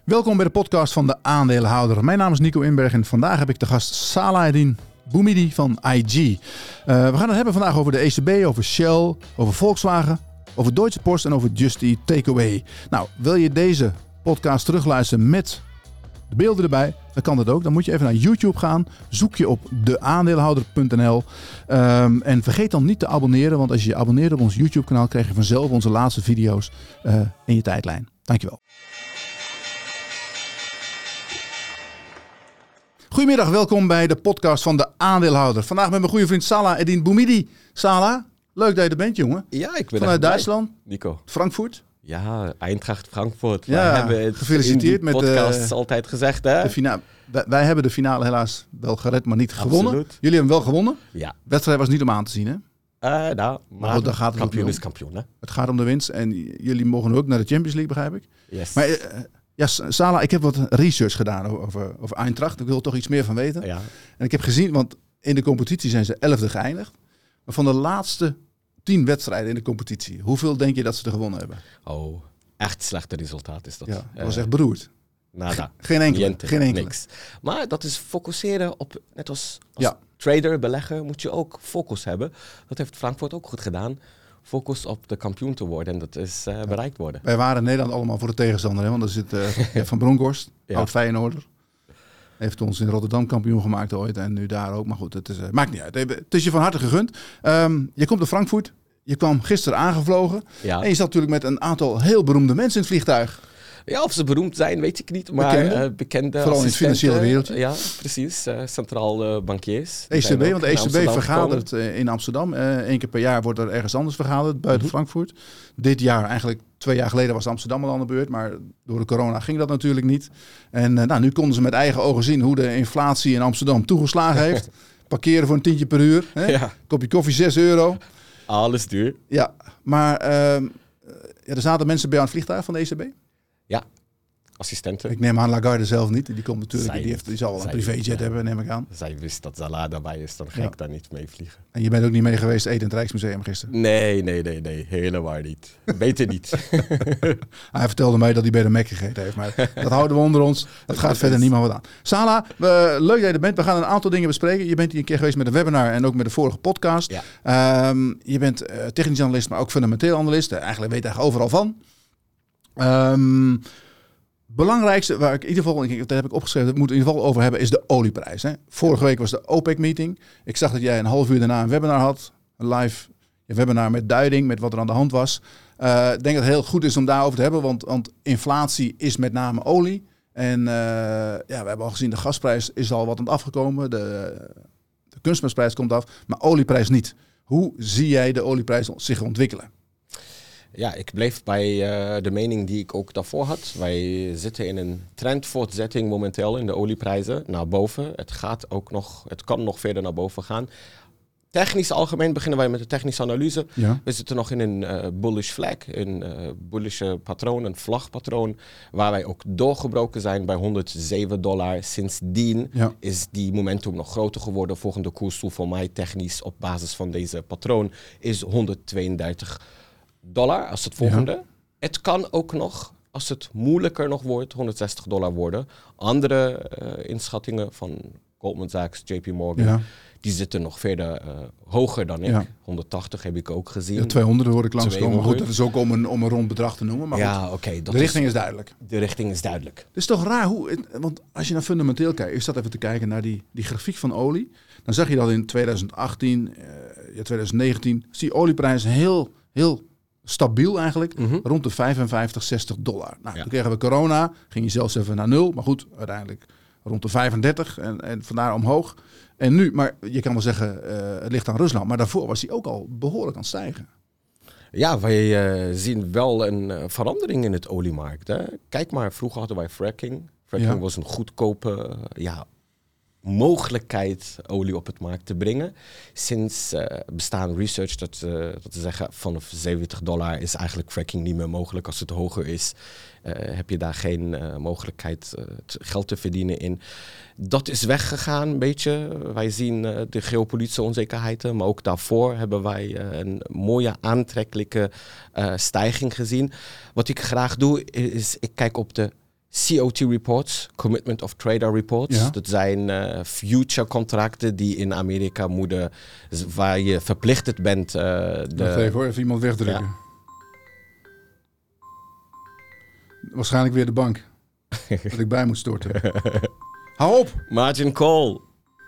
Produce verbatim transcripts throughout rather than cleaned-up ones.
Welkom bij de podcast van de aandeelhouder. Mijn naam is Nico Inberg en vandaag heb ik de gast Salah Boumidi van I G. Uh, we gaan het hebben vandaag over de E C B, over Shell, over Volkswagen, over Deutsche Post en over Just Eat Takeaway. Nou, wil je deze podcast terugluisteren met de beelden erbij? Dan kan dat ook. Dan moet je even naar YouTube gaan. Zoek je op de aandeelhouder punt n l. Um, en vergeet dan niet te abonneren. Want als je je abonneert op ons YouTube kanaal, krijg je vanzelf onze laatste video's uh, in je tijdlijn. Dankjewel. Goedemiddag, welkom bij de podcast van de aandeelhouder. Vandaag met mijn goede vriend Salah Boumidi. Salah, leuk dat je er bent, jongen. Ja, ik ben Vanuit Duitsland. Nico. Frankfurt. Ja, Eintracht Frankfurt. Ja, wij hebben het gefeliciteerd in die met podcast de, altijd gezegd, hè? De fina- wij, wij hebben de finale helaas wel gered, maar niet gewonnen. Absoluut. Jullie hebben wel gewonnen. Ja. De wedstrijd was niet om aan te zien, hè? Uh, nou, maar goed, dan gaat het kampioen om. is kampioen, hè? Het gaat om de winst en jullie mogen ook naar de Champions League, begrijp ik. Yes. Maar uh, ja, Salah, ik heb wat research gedaan over, over Eintracht. Ik wil er toch iets meer van weten. Ja. En ik heb gezien, want in de competitie zijn ze elfde geëindigd. Maar van de laatste tien wedstrijden in de competitie, hoeveel denk je dat ze er gewonnen hebben? Oh, echt slechte resultaat is dat. Ja, dat Uh, was echt beroerd. Nada. Geen enkele. Niente, geen enkele. Niks. Maar dat is focusseren op, net als, als Ja. trader, belegger, moet je ook focus hebben. Dat heeft Frankfurt ook goed gedaan. Focus op de kampioen te worden en dat is uh, bereikt worden. Wij waren in Nederland allemaal voor de tegenstander, hè? Want er zit uh, Van Bronckhorst, Ja. oud Feyenoorder. Heeft ons in Rotterdam kampioen gemaakt ooit en nu daar ook. Maar goed, het is, uh, maakt niet uit. Het is je van harte gegund. Um, je komt naar Frankfurt. Je kwam gisteren aangevlogen. Ja. En je zat natuurlijk met een aantal heel beroemde mensen in het vliegtuig. Ja, of ze beroemd zijn, weet ik niet. Maar Bekende? bekende, uh, bekende Vooral in het financiële wereldje. Ja, precies. Uh, centraal uh, bankiers. E C B, want de E C B vergadert gekomen. in Amsterdam. Eén uh, keer per jaar wordt er ergens anders vergaderd, buiten Mm-hmm. Frankfurt. Dit jaar, eigenlijk twee jaar geleden, was Amsterdam al aan de beurt. Maar door de corona ging dat natuurlijk niet. En uh, nou, nu konden ze met eigen ogen zien hoe de inflatie in Amsterdam toegeslagen heeft. Parkeren voor een tientje per uur. Hè? Ja. Kopje koffie zes euro. Alles duur. Ja, maar uh, ja, er zaten mensen bij aan het vliegtuig van de E C B. Ja, assistenten. Ik neem aan Lagarde zelf niet. Die komt natuurlijk, Zij die, heeft, die zal wel een Zij privéjet niet, ja. hebben, neem ik aan. Zij wist dat Salah daarbij is, dan ga Ja. ik daar niet mee vliegen. En je bent ook niet mee geweest eten in het Rijksmuseum gisteren. Nee, nee, nee, nee. Helemaal niet. Beter niet. Hij vertelde mij dat hij bij de Mac gegeten heeft. Maar dat houden we onder ons. Dat gaat verder niemand wat aan. Salah, we, leuk dat je er bent. We gaan een aantal dingen bespreken. Je bent hier een keer geweest met een webinar en ook met de vorige podcast. Ja. Um, je bent uh, technisch analist, maar ook fundamenteel analist. Uh, eigenlijk weet je eigenlijk overal van. Um, belangrijkste, waar ik in ieder geval, dat heb ik opgeschreven, dat we het in ieder geval over hebben, is de olieprijs. Hè? Vorige week was de OPEC-meeting. Ik zag dat jij een half uur daarna een webinar had. Een live een webinar met duiding, met wat er aan de hand was. Uh, ik denk dat het heel goed is om daarover te hebben, want, want inflatie is met name olie. En uh, ja, we hebben al gezien, de gasprijs is al wat aan het afgekomen. De, de kunstmestprijs komt af, maar olieprijs niet. Hoe zie jij de olieprijs zich ontwikkelen? Ja, ik bleef bij uh, de mening die ik ook daarvoor had. Wij zitten in een trendvoortzetting momenteel in de olieprijzen naar boven. Het gaat ook nog, het kan nog verder naar boven gaan. Technisch algemeen beginnen wij met de technische analyse. Ja. We zitten nog in een uh, bullish flag, een uh, bullish patroon, een vlagpatroon, waar wij ook doorgebroken zijn bij honderdzeven dollar. Sindsdien Ja. is die momentum nog groter geworden. Volgende koersdoel voor mij technisch op basis van deze patroon is honderdtweeëndertig dollar als het volgende. Ja. Het kan ook nog, als het moeilijker nog wordt, honderdzestig dollar worden. Andere uh, inschattingen van Goldman Sachs, J P Morgan, ja. die zitten nog verder uh, hoger dan ik. Ja. honderdtachtig heb ik ook gezien. Ja, tweehonderd hoor ik langskomen. Goed, dat is ook om een, om een rond bedrag te noemen. Maar ja, goed, okay, de richting is, is duidelijk. De richting is duidelijk. Het is toch raar, hoe, want als je naar fundamenteel kijkt, ik zat even te kijken naar die, die grafiek van olie. Dan zag je dat in twintig achttien, uh, ja, twintig negentien, zie je olieprijs heel, heel stabiel eigenlijk, mm-hmm. rond de vijfenvijftig, zestig dollar. Nou, ja. Toen kregen we corona, ging je zelfs even naar nul, maar goed, uiteindelijk rond de vijfendertig en, en vandaar omhoog. En nu, maar je kan wel zeggen, uh, het ligt aan Rusland, maar daarvoor was hij ook al behoorlijk aan het stijgen. Ja, wij uh, zien wel een uh, verandering in het oliemarkt. Hè? Kijk maar, vroeger hadden wij fracking. Fracking ja. was een goedkope uh, ja, mogelijkheid olie op het markt te brengen. Sinds uh, bestaan research dat, uh, dat te zeggen vanaf zeventig dollar is eigenlijk fracking niet meer mogelijk. Als het hoger is, uh, heb je daar geen uh, mogelijkheid uh, geld te verdienen in. Dat is weggegaan een beetje. Wij zien uh, de geopolitische onzekerheden, maar ook daarvoor hebben wij uh, een mooie aantrekkelijke uh, stijging gezien. Wat ik graag doe is, ik kijk op de C O T reports, Commitment of Trader reports. Ja. Dat zijn uh, future contracten die in Amerika moeten, waar je verplicht bent. Uh, de... Wacht even hoor, even iemand wegdrukken. Ja. Waarschijnlijk weer de bank. Dat ik bij moet storten. Hou op! Margin call.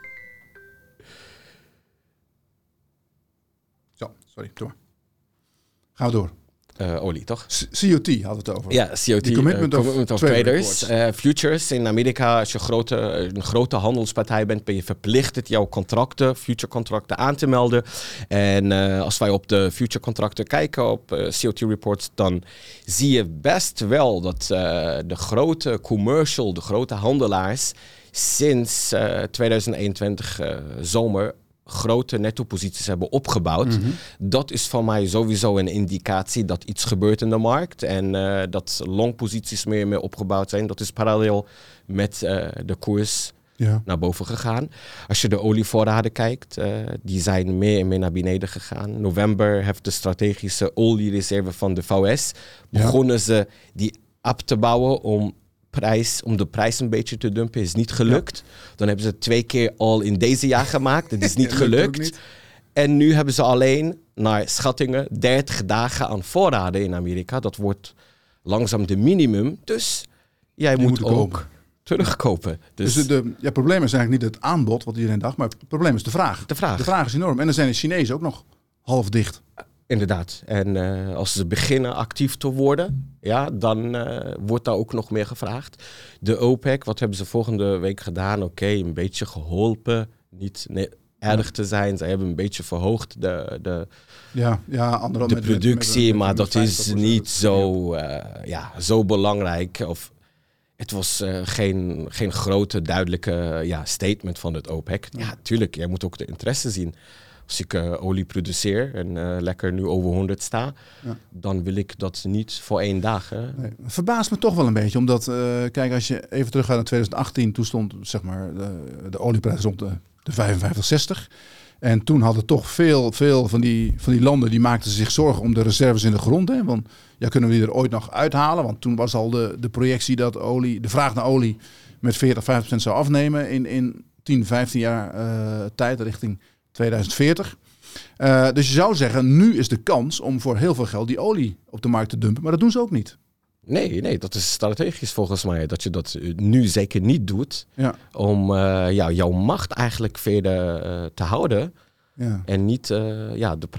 Zo, sorry, door. Gaan we door. Uh, olie, toch? C O T hadden we het over. Ja, C O T, The Commitment, uh, of, commitment of Traders. Uh, futures in Amerika, als je grote, een grote handelspartij bent, ben je verplicht het jouw contracten, future contracten aan te melden. En uh, als wij op de future contracten kijken, op uh, C O T reports, dan zie je best wel dat uh, de grote commercial, de grote handelaars, sinds uh, tweeduizend eenentwintig uh, zomer grote nettoposities hebben opgebouwd. Mm-hmm. Dat is voor mij sowieso een indicatie dat iets gebeurt in de markt en uh, dat longposities meer en meer opgebouwd zijn. Dat is parallel met uh, de koers ja. naar boven gegaan. Als je de olievoorraden kijkt, uh, die zijn meer en meer naar beneden gegaan. November heeft de strategische oliereserve van de V S. Begonnen ja. ze die op te bouwen om prijs, om de prijs een beetje te dumpen, is niet gelukt. Ja. Dan hebben ze twee keer al in deze jaar gemaakt. Het is niet ja, gelukt. Niet. En nu hebben ze alleen, naar schattingen, dertig dagen aan voorraden in Amerika. Dat wordt langzaam de minimum. Dus jij moet, moet ook kopen. terugkopen. Dus, dus het ja, probleem is eigenlijk niet het aanbod, wat iedereen dacht, maar het probleem is de vraag. De vraag. De vraag is enorm. En dan zijn de Chinezen ook nog half dicht. Inderdaad. En uh, als ze beginnen actief te worden, ja, dan uh, wordt daar ook nog meer gevraagd. De OPEC, wat hebben ze volgende week gedaan? Oké, okay, een beetje geholpen. Niet nee, erg te zijn. Ze hebben een beetje verhoogd de, de, ja, ja, de met, productie. Met, met, met, met maar dat is niet zo, uh, ja, zo belangrijk. Of, het was uh, geen, geen grote, duidelijke ja, statement van het OPEC. Ja, tuurlijk, jij moet ook de interesse zien. Als ik uh, olie produceer en uh, lekker nu over honderd sta, ja. dan wil ik dat niet voor één dag. Hè? Nee, het verbaast me toch wel een beetje, omdat, uh, kijk, als je even teruggaat naar twintig achttien, toen stond zeg maar de, de olieprijs rond de, de vijfenvijftig, zestig. En toen hadden toch veel, veel van, die, van die landen, die maakten zich zorgen om de reserves in de grond. Hè? Want ja, kunnen we die er ooit nog uithalen? Want toen was al de, de projectie dat olie, de vraag naar olie met veertig, vijftig procent zou afnemen in, in tien, vijftien jaar uh, tijd richting tweeduizend veertig. Uh, dus je zou zeggen, nu is de kans om voor heel veel geld die olie op de markt te dumpen. Maar dat doen ze ook niet. Nee, nee, dat is strategisch volgens mij. Dat je dat nu zeker niet doet. Ja. Om uh, ja, jouw macht eigenlijk verder uh, te houden. Ja. En niet uh, ja, de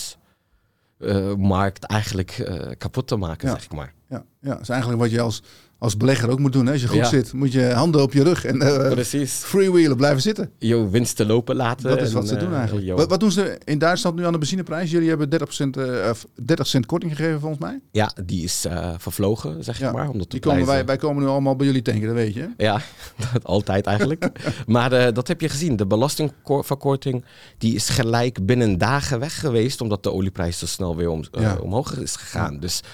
prijsmarkt uh, eigenlijk uh, kapot te maken, ja. zeg ik maar. Ja, ja, dat is eigenlijk wat je als... als belegger ook moet doen. Hè? Als je goed ja. zit, moet je handen op je rug en uh, freewheelen blijven zitten. Je winsten lopen laten. Dat is wat en, ze doen eigenlijk. Uh, wat, wat doen ze in Duitsland nu aan de benzineprijs? Jullie hebben dertig procent, uh, dertig cent korting gegeven volgens mij. Ja, die is uh, vervlogen, zeg ja. ik maar. Omdat die komen prijzen... wij, wij komen nu allemaal bij jullie tanken, dat weet je. Ja, dat altijd eigenlijk. Maar uh, dat heb je gezien. De belastingverkorting die is gelijk binnen dagen weg geweest, omdat de olieprijs zo snel weer om, uh, ja. omhoog is gegaan. Ja. Dus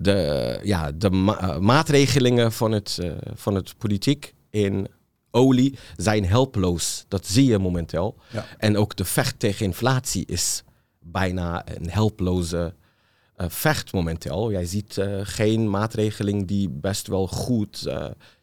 de, ja, de ma- maatregelingen van het, uh, van het politiek in olie zijn helploos. Dat zie je momenteel. Ja. En ook de vecht tegen inflatie is bijna een helploze uh, vecht momenteel. Jij ziet uh, geen maatregeling die best wel goed uh,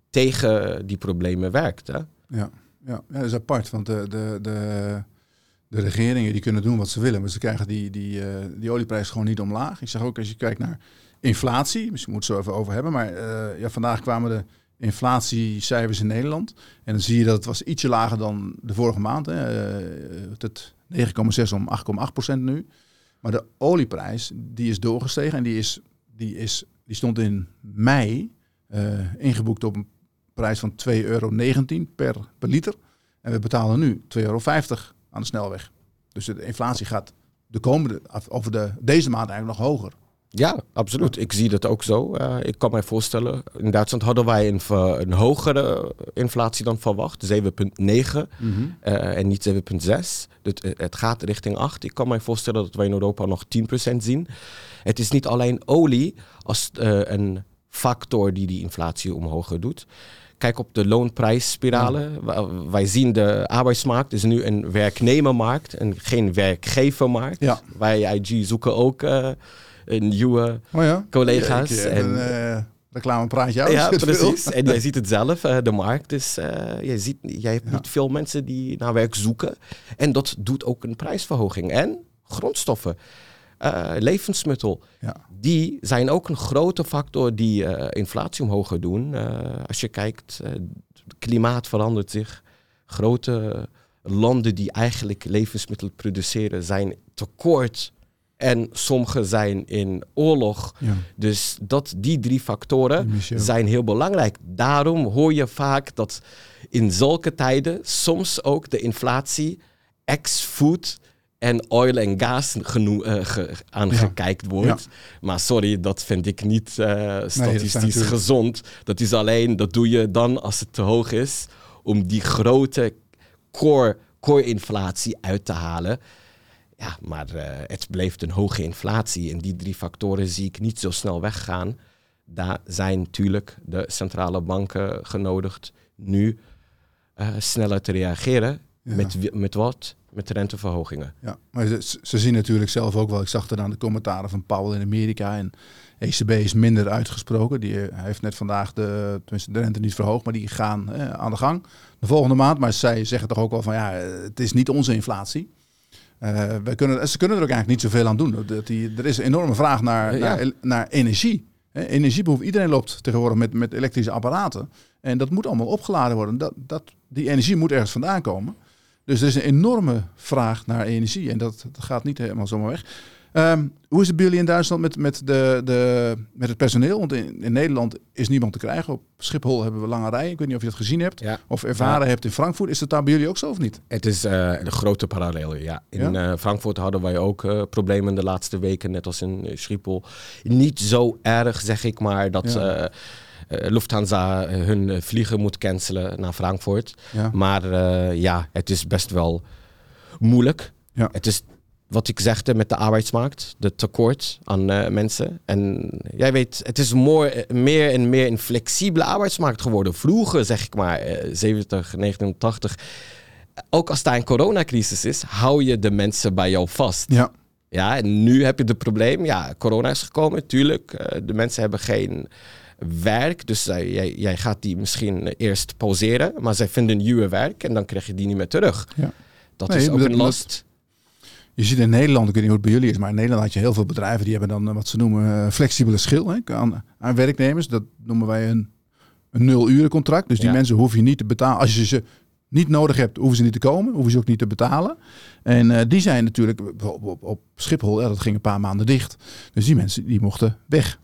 tegen die problemen werkt. Hè? Ja, ja. ja, dat is apart. Want de, de, de, de regeringen die kunnen doen wat ze willen. Maar ze krijgen die, die, uh, die olieprijs gewoon niet omlaag. Ik zeg ook, als je kijkt naar inflatie, misschien moeten we het zo even over hebben, maar uh, ja, vandaag kwamen de inflatiecijfers in Nederland en dan zie je dat het was ietsje lager dan de vorige maand. Hè. Uh, het negen komma zes om acht komma acht procent nu. Maar de olieprijs, die is doorgestegen en die, is, die, is, die stond in mei uh, ingeboekt op een prijs van twee euro negentien per, per liter. En we betalen nu twee euro vijftig aan de snelweg. Dus de inflatie gaat de komende, over de, deze maand eigenlijk nog hoger. Ja, absoluut. Ik zie dat ook zo. Uh, ik kan mij voorstellen, in Duitsland hadden wij een, een hogere inflatie dan verwacht, zeven komma negen mm-hmm. uh, en niet zeven komma zes. Het, het gaat richting acht. Ik kan mij voorstellen dat wij in Europa nog tien procent zien. Het is niet alleen olie als uh, een factor die die inflatie omhoog doet. Kijk op de loonprijsspiralen. Ja. Wij zien de arbeidsmarkt is nu een werknemermarkt en geen werkgevermarkt. Ja. Wij I G zoeken ook uh, nieuwe oh ja? collega's. Ik, ik en, ben uh, reclamepraatje uit. Ja, precies. En jij ziet het zelf, uh, de markt is... Uh, jij, ziet, jij hebt ja. niet veel mensen die naar werk zoeken. En dat doet ook een prijsverhoging. En grondstoffen, uh, levensmiddel, ja. die zijn ook een grote factor die uh, inflatie omhoog gaat doen. Uh, als je kijkt, uh, het klimaat verandert zich. Grote landen die eigenlijk levensmiddelen produceren zijn tekort. En sommige zijn in oorlog. Ja. Dus dat, die drie factoren zijn heel belangrijk. Daarom hoor je vaak dat in zulke tijden soms ook de inflatie ex-food en oil en gas geno- uh, ge- aangekijkt wordt. Ja. Maar sorry, dat vind ik niet uh, statistisch nee, dat gezond. Dat is alleen, dat doe je dan als het te hoog is, om die grote core, core-inflatie uit te halen. Ja, maar uh, het blijft een hoge inflatie en die drie factoren zie ik niet zo snel weggaan. Daar zijn natuurlijk de centrale banken genodigd nu uh, sneller te reageren. Ja. Met, met wat? Met renteverhogingen. Ja, maar ze, ze zien natuurlijk zelf ook wel, ik zag er aan de commentaren van Powell in Amerika en E C B is minder uitgesproken. Die uh, heeft net vandaag de, tenminste de rente niet verhoogd, maar die gaan uh, aan de gang de volgende maand. Maar zij zeggen toch ook wel van ja, het is niet onze inflatie. Uh, wij kunnen, ze kunnen er ook eigenlijk niet zoveel aan doen. Dat die, er is een enorme vraag naar, ja. naar, naar energie. He, energiebehoefte. Iedereen loopt tegenwoordig met, met elektrische apparaten. En dat moet allemaal opgeladen worden. Dat, dat, die energie moet ergens vandaan komen. Dus er is een enorme vraag naar energie. En dat, dat gaat niet helemaal zomaar weg. Um, hoe is het bij jullie in Duitsland met, met, de, de, met het personeel? Want in, in Nederland is niemand te krijgen. Op Schiphol hebben we lange rijen. Ik weet niet of je dat gezien hebt. Ja. Of ervaren ja. hebt in Frankfurt. Is dat daar bij jullie ook zo of niet? Het is uh, een grote parallel, ja. In ja? Uh, Frankfurt hadden wij ook uh, problemen de laatste weken. Net als in uh, Schiphol. Niet zo erg, zeg ik maar, dat... Ja. Uh, Uh, Lufthansa uh, hun uh, vliegen moet cancelen naar Frankfurt. Ja. Maar uh, ja, het is best wel moeilijk. Ja. Het is wat ik zegde met de arbeidsmarkt, de tekort aan uh, mensen. En jij weet, het is more, meer en meer een flexibele arbeidsmarkt geworden. Vroeger, zeg ik maar, uh, zeventig, negenentachtig. Ook als daar een coronacrisis is, hou je de mensen bij jou vast. Ja. Ja, en nu heb je het probleem. Ja, corona is gekomen, tuurlijk. Uh, de mensen hebben geen werk. Dus uh, jij, jij gaat die misschien eerst pauzeren, maar zij vinden nieuwe werk en dan krijg je die niet meer terug. Ja. Dat nee, is ook dat, een last. Dat, je ziet in Nederland, ik weet niet hoe het bij jullie is, maar in Nederland had je heel veel bedrijven die hebben dan uh, wat ze noemen uh, flexibele schil hè, aan, aan werknemers. Dat noemen wij een, een nul-uren-contract. Dus die ja. mensen hoef je niet te betalen. Als je ze niet nodig hebt, hoeven ze niet te komen, hoeven ze ook niet te betalen. En uh, die zijn natuurlijk op, op, op Schiphol, ja, dat ging een paar maanden dicht. Dus die mensen die mochten weg.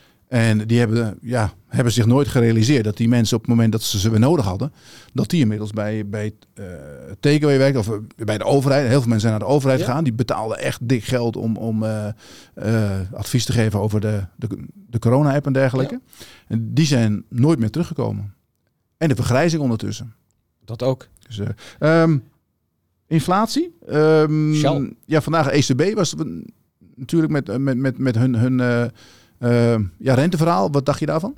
En die hebben, ja, hebben zich nooit gerealiseerd dat die mensen op het moment dat ze ze weer nodig hadden, dat die inmiddels bij, bij uh, takeaway werken of uh, bij de overheid. Heel veel mensen zijn naar de overheid ja. gegaan. Die betaalden echt dik geld om, om uh, uh, advies te geven over de, de, de corona-app en dergelijke. Ja. En die zijn nooit meer teruggekomen. En de vergrijzing ondertussen. Dat ook. Dus, uh, um, inflatie. Um, ja, vandaag E C B was natuurlijk met, met, met, met hun... hun uh, Uh, ja, renteverhaal, wat dacht je daarvan?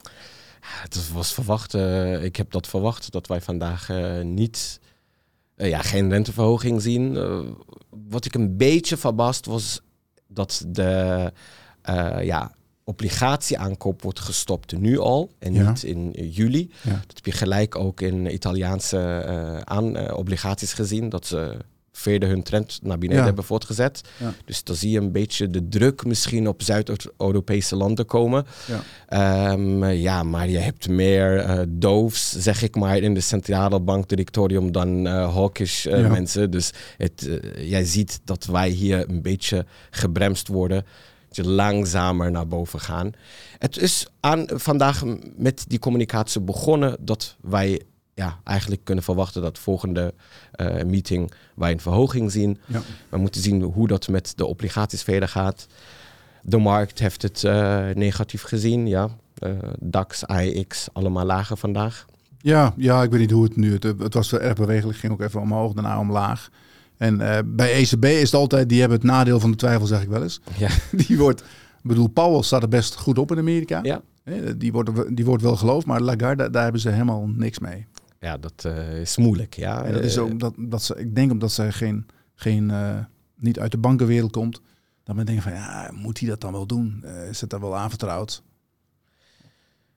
Het was verwacht. Uh, ik heb dat verwacht dat wij vandaag uh, niet, uh, ja, geen renteverhoging zien. Uh, wat ik een beetje verbaasd was dat de uh, ja, obligatieaankoop wordt gestopt nu al en ja. niet in uh, juli. Ja. Dat heb je gelijk ook in Italiaanse uh, aan, uh, obligaties gezien, dat ze verder hun trend naar beneden ja. hebben voortgezet. Ja. Dus dan zie je een beetje de druk misschien op Zuid-Europese landen komen. Ja, um, ja maar je hebt meer uh, doofs, zeg ik maar, in de centrale bankdirectorium dan uh, hawkish uh, ja. mensen. Dus het, uh, jij ziet dat wij hier een beetje gebremst worden. Dat je langzamer naar boven gaan. Het is aan, vandaag met die communicatie begonnen dat wij ja, eigenlijk kunnen verwachten dat volgende uh, meeting wij een verhoging zien. Ja. We moeten zien hoe dat met de obligaties verder gaat. De markt heeft het uh, negatief gezien. Ja. Uh, DAX, A E X, allemaal lager vandaag. Ja, ja, ik weet niet hoe het nu... Het, het was wel erg bewegelijk, ging ook even omhoog, daarna omlaag. En uh, bij E C B is het altijd... Die hebben het nadeel van de twijfel, zeg ik wel eens. Ja. Die wordt... Ik bedoel, Powell staat er best goed op in Amerika. Ja. Die wordt, die wordt wel geloofd, maar Lagarde, daar hebben ze helemaal niks mee. Ja, dat uh, is moeilijk. Ja. En dat is ook dat, dat ze, ik denk omdat zij geen, geen, uh, niet uit de bankenwereld komt, dat men denkt van ja, moet hij dat dan wel doen? Uh, is het dan wel aanvertrouwd?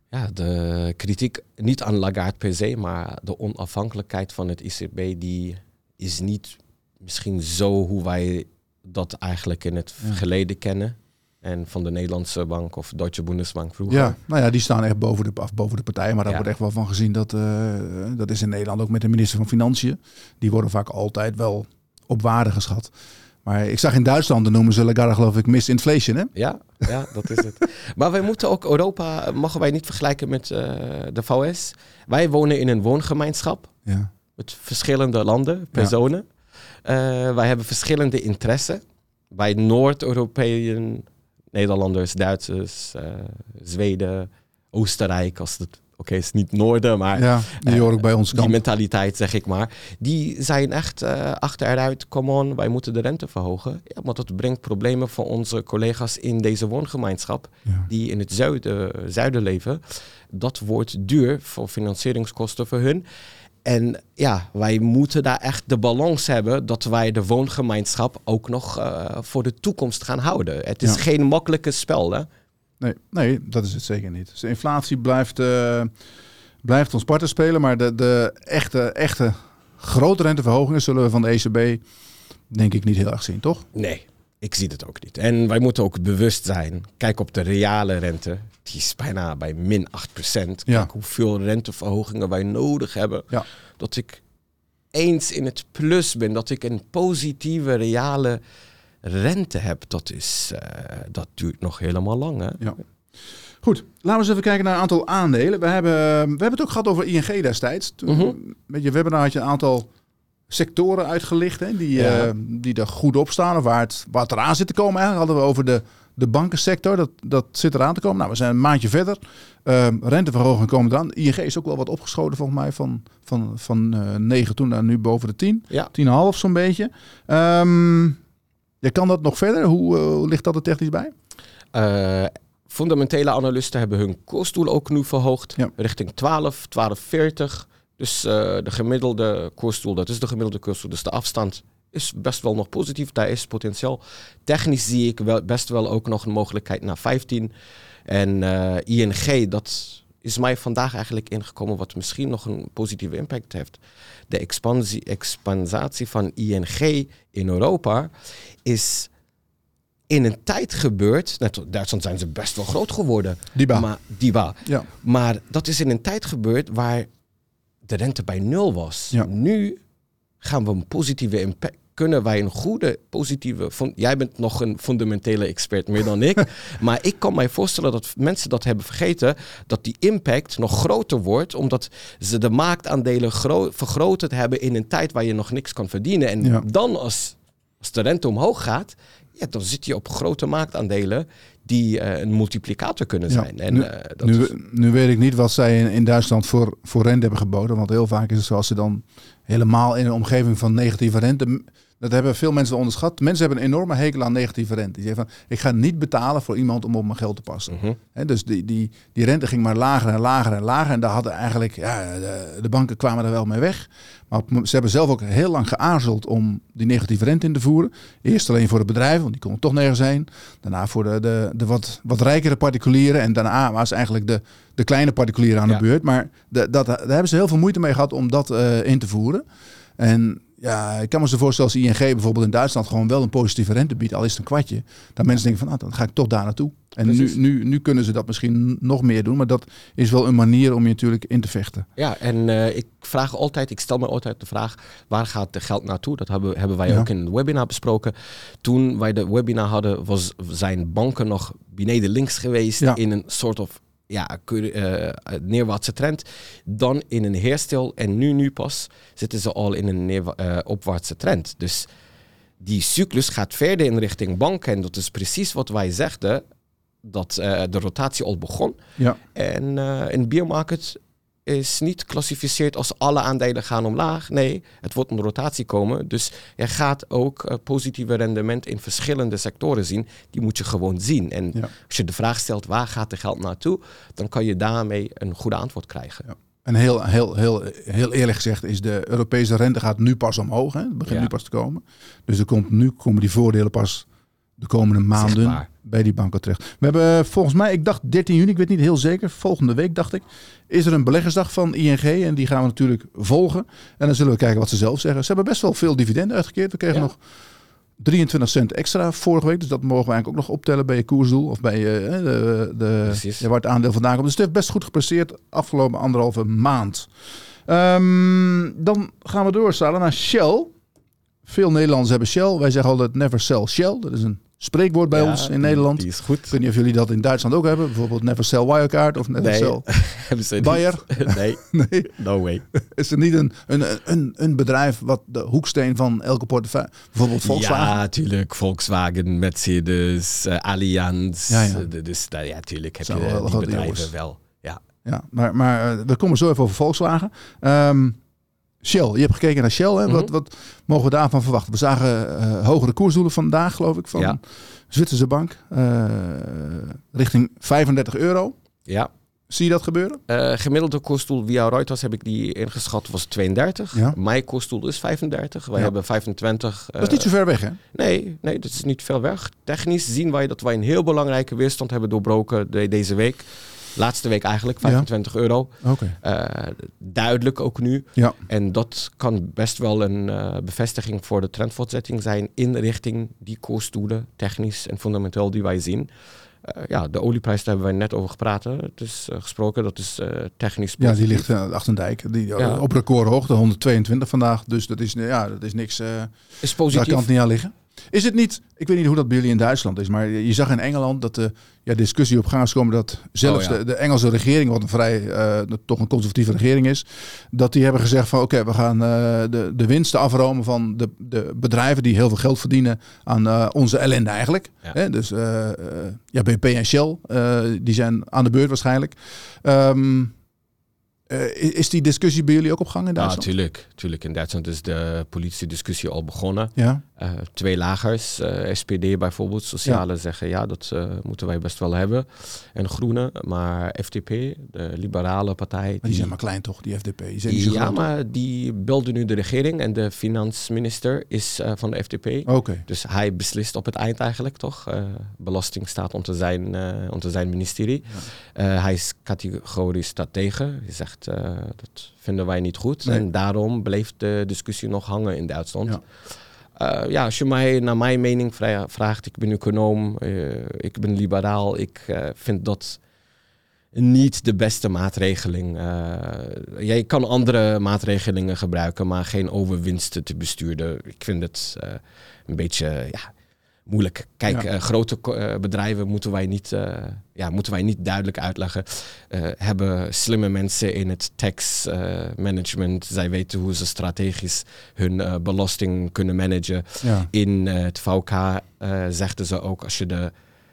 Ja, de kritiek niet aan Lagarde per se, maar de onafhankelijkheid van het I C B, die is niet misschien zo hoe wij dat eigenlijk in het ja. verleden kennen. En van de Nederlandse bank of Deutsche Bundesbank vroeger. Ja, nou ja, die staan echt boven de, af, boven de partij. Maar daar ja. wordt echt wel van gezien dat, uh, dat is in Nederland ook met de minister van Financiën. Die worden vaak altijd wel op waarde geschat. Maar ik zag in Duitsland, dan noemen ze Lagarde geloof ik misinflation, hè? Ja, ja, dat is het. Maar wij moeten ook Europa, mogen wij niet vergelijken met uh, de V S. Wij wonen in een woongemeenschap. Ja. Met verschillende landen, personen. Ja. Uh, wij hebben verschillende interessen. Bij Noord-Europeeën, Nederlanders, Duitsers, uh, Zweden, Oostenrijk, als het oké, okay, is niet noorden, maar ja, die hoor ik bij ons die kamp. mentaliteit, zeg ik maar. Die zijn echt uh, achteruit, come on, wij moeten de rente verhogen. Ja, maar dat brengt problemen voor onze collega's in deze woongemeenschap, ja. die in het zuiden, zuiden leven. Dat wordt duur voor financieringskosten voor hun. En ja, wij moeten daar echt de balans hebben dat wij de woongemeenschap ook nog uh, voor de toekomst gaan houden. Het is ja. geen makkelijke spel, hè? Nee, nee, dat is het zeker niet. Dus de inflatie blijft, uh, blijft ons parten spelen, maar de, de echte, echte grote renteverhogingen zullen we van de E C B denk ik niet heel erg zien, toch? Nee, ik zie het ook niet. En wij moeten ook bewust zijn. Kijk op de reale rente. Die is bijna bij min acht procent. Kijk ja. hoeveel renteverhogingen wij nodig hebben. Ja. Dat ik eens in het plus ben. Dat ik een positieve reale rente heb. Dat, is, uh, dat duurt nog helemaal lang. Hè? Ja. Goed, laten we eens even kijken naar een aantal aandelen. We hebben, we hebben het ook gehad over I N G destijds. Toen, mm-hmm. Met je webinar had je een aantal sectoren uitgelicht, hè, die, ja. uh, die er goed op staan. Of waar het, waar het eraan zit te komen. Eigenlijk hadden we over de, de bankensector. Dat, dat zit eraan te komen. Nou, we zijn een maandje verder. Uh, renteverhogingen komen eraan. I N G is ook wel wat opgeschoten volgens mij. Van, van, van uh, negen toen naar nu boven de tien. Ja. tien komma vijf zo'n beetje. Um, je kan dat nog verder? Hoe uh, ligt dat er technisch bij? Uh, fundamentele analisten hebben hun koersdoel ook nu verhoogd. Ja. Richting twaalf, twaalf veertig. Dus uh, de gemiddelde koersdoel, dat is de gemiddelde koersdoel. Dus de afstand is best wel nog positief. Daar is potentieel. Technisch zie ik wel, best wel ook nog een mogelijkheid naar vijftien. En uh, I N G, dat is mij vandaag eigenlijk ingekomen wat misschien nog een positieve impact heeft. De expansie, expansatie van I N G in Europa is in een tijd gebeurd. Net in Duitsland zijn ze best wel groot geworden. Diba. Maar, Diba. Ja. Maar dat is in een tijd gebeurd waar de rente bij nul was. Ja. Nu gaan we een positieve impact. Kunnen wij een goede, positieve... Jij bent nog een fundamentele expert meer dan ik. Maar ik kan mij voorstellen dat mensen dat hebben vergeten. Dat die impact nog groter wordt. Omdat ze de marktaandelen gro- vergroot hebben in een tijd waar je nog niks kan verdienen. En ja. dan als, als de rente omhoog gaat... Ja, dan zit je op grote marktaandelen die uh, een multiplicator kunnen zijn. Ja, en, nu, uh, dat nu, is... nu weet ik niet wat zij in, in Duitsland voor, voor rente hebben geboden. Want heel vaak is het zoals ze dan helemaal in een omgeving van negatieve rente... Dat hebben veel mensen onderschat. Mensen hebben een enorme hekel aan negatieve rente. Die zeggen van, ik ga niet betalen voor iemand om op mijn geld te passen. Uh-huh. He, dus die, die, die rente ging maar lager en lager en lager. En daar hadden eigenlijk, ja, de, de banken kwamen er wel mee weg. Maar ze hebben zelf ook heel lang geaarzeld om die negatieve rente in te voeren. Eerst alleen voor de bedrijven, want die konden toch nergens heen. Daarna voor de, de, de wat, wat rijkere particulieren. En daarna was eigenlijk de, de kleine particulieren aan ja. de beurt. Maar de, dat, daar hebben ze heel veel moeite mee gehad om dat uh, in te voeren. En ja, ik kan me zo voorstellen als I N G bijvoorbeeld in Duitsland gewoon wel een positieve rente biedt, al is het een kwartje. Dat mensen denken van, ah, dan ga ik toch daar naartoe. En nu, nu, nu kunnen ze dat misschien nog meer doen, maar dat is wel een manier om je natuurlijk in te vechten. Ja, en uh, ik vraag altijd, ik stel me altijd de vraag, waar gaat de geld naartoe? Dat hebben, hebben wij ja. ook in een webinar besproken. Toen wij de webinar hadden, was, zijn banken nog beneden links geweest ja. in een soort of ja, uh, neerwaartse trend, dan in een herstel en nu, nu pas zitten ze al in een neer, uh, opwaartse trend. Dus die cyclus gaat verder in richting banken en dat is precies wat wij zegden, dat uh, de rotatie al begon. Ja. En uh, een bear market is niet geclassificeerd als alle aandelen gaan omlaag. Nee, het wordt een rotatie komen. Dus je gaat ook uh, positieve rendement in verschillende sectoren zien. Die moet je gewoon zien. En ja. als je de vraag stelt, waar gaat de geld naartoe? Dan kan je daarmee een goede antwoord krijgen. Ja. En heel, heel, heel, heel eerlijk gezegd is de Europese rente gaat nu pas omhoog. Hè? Het begint ja. nu pas te komen. Dus er komt, nu komen die voordelen pas de komende maanden Zichtbaar. bij die banken terecht. We hebben volgens mij, ik dacht dertien juni, ik weet niet heel zeker, volgende week dacht ik, is er een beleggersdag van I N G en die gaan we natuurlijk volgen. En dan zullen we kijken wat ze zelf zeggen. Ze hebben best wel veel dividenden uitgekeerd. We kregen Ja. nog drieëntwintig cent extra vorige week, dus dat mogen we eigenlijk ook nog optellen bij je koersdoel of bij uh, de, de, ja, waar het aandeel vandaan komt. Dus het heeft best goed gepresteerd afgelopen anderhalve maand. Um, dan gaan we doorstalen naar Shell. Veel Nederlanders hebben Shell. Wij zeggen altijd never sell Shell. Dat is een spreekwoord bij ja, ons in die, Nederland. Die is goed. Ik weet niet of jullie dat in Duitsland ook hebben. Bijvoorbeeld never sell Wirecard of never nee, sell hebben ze Bayer. nee, nee, no way. Is er niet een, een, een, een bedrijf wat de hoeksteen van elke portefeuille... Bijvoorbeeld Volkswagen? Ja, natuurlijk. Volkswagen, Mercedes, uh, Allianz. Ja, ja. Uh, dus uh, ja, natuurlijk heb Zijn je wel die grote bedrijven jongens. wel. Ja, Ja, maar, maar uh, we komen zo even over Volkswagen. Um, Shell, je hebt gekeken naar Shell. Hè? Mm-hmm. Wat, wat mogen we daarvan verwachten? We zagen uh, hogere koersdoelen vandaag, geloof ik, van Ja. Zwitserse bank. Uh, richting vijfendertig euro. ja. Zie je dat gebeuren? Uh, gemiddelde koersdoel via Reuters heb ik die ingeschat was tweeëndertig. Ja. Mijn koersdoel is vijfendertig. Wij Ja. hebben vijfentwintig. Uh, Dat is niet zo ver weg, hè? Nee, nee, dat is niet veel weg. Technisch zien wij dat wij een heel belangrijke weerstand hebben doorbroken de, deze week. Laatste week eigenlijk, vijfentwintig euro. Oké. Uh, duidelijk ook nu. Ja. En dat kan best wel een uh, bevestiging voor de trendvoortzetting zijn in richting die koersdoelen, technisch en fundamenteel die wij zien. Uh, ja, de olieprijs, daar hebben wij net over gepraat. Hè. Het is uh, gesproken, dat is uh, technisch positief. Ja, die ligt uh, achter een dijk. Die, Ja. Op recordhoogte, honderdtweeëntwintig vandaag. Dus dat is, ja, dat is niks. Uh, is positief. Daar kan het niet aan liggen. Is het niet, ik weet niet hoe dat bij jullie in Duitsland is, maar je zag in Engeland dat de ja, discussie op gang is gekomen dat zelfs oh, ja. de, de Engelse regering, wat een vrij, uh, toch een conservatieve regering is, dat die hebben gezegd van oké, okay, we gaan uh, de, de winsten afromen van de, de bedrijven die heel veel geld verdienen aan uh, onze ellende eigenlijk. Ja. Hè? Dus uh, uh, ja, B P en Shell, uh, die zijn aan de beurt waarschijnlijk. Um, Uh, is die discussie bij jullie ook op gang in Duitsland? Ja, tuurlijk. tuurlijk. In Duitsland is de politiediscussie al begonnen. Ja. Uh, twee lagers, uh, S P D bijvoorbeeld, sociale ja. zeggen ja, dat uh, moeten wij best wel hebben. En Groenen, maar F D P, de liberale partij. Maar die, die zijn maar klein toch, die F D P? Die zijn die, niet zo ja, groot. maar die beelden nu de regering en de financiënminister is uh, van de F D P. Oké. Okay. Dus hij beslist op het eind eigenlijk toch. Uh, belasting staat onder zijn, uh, onder zijn ministerie. Ja. Uh, hij is categorisch daartegen. Hij zegt uh, dat vinden wij niet goed. Nee. En daarom bleef de discussie nog hangen in Duitsland. Ja. Uh, ja, als je mij naar mijn mening vraagt, ik ben econoom, uh, ik ben liberaal, ik uh, vind dat niet de beste maatregeling. Uh, jij kan andere maatregelingen gebruiken, maar geen overwinsten te besturen. Ik vind het uh, een beetje ja, moeilijk. Kijk, ja. uh, grote uh, bedrijven moeten wij niet, uh, ja, moeten wij niet duidelijk uitleggen. Uh, hebben slimme mensen in het tax uh, management. Zij weten hoe ze strategisch hun uh, belasting kunnen managen. Ja. In uh, het V K uh, zegden ze ook, als je de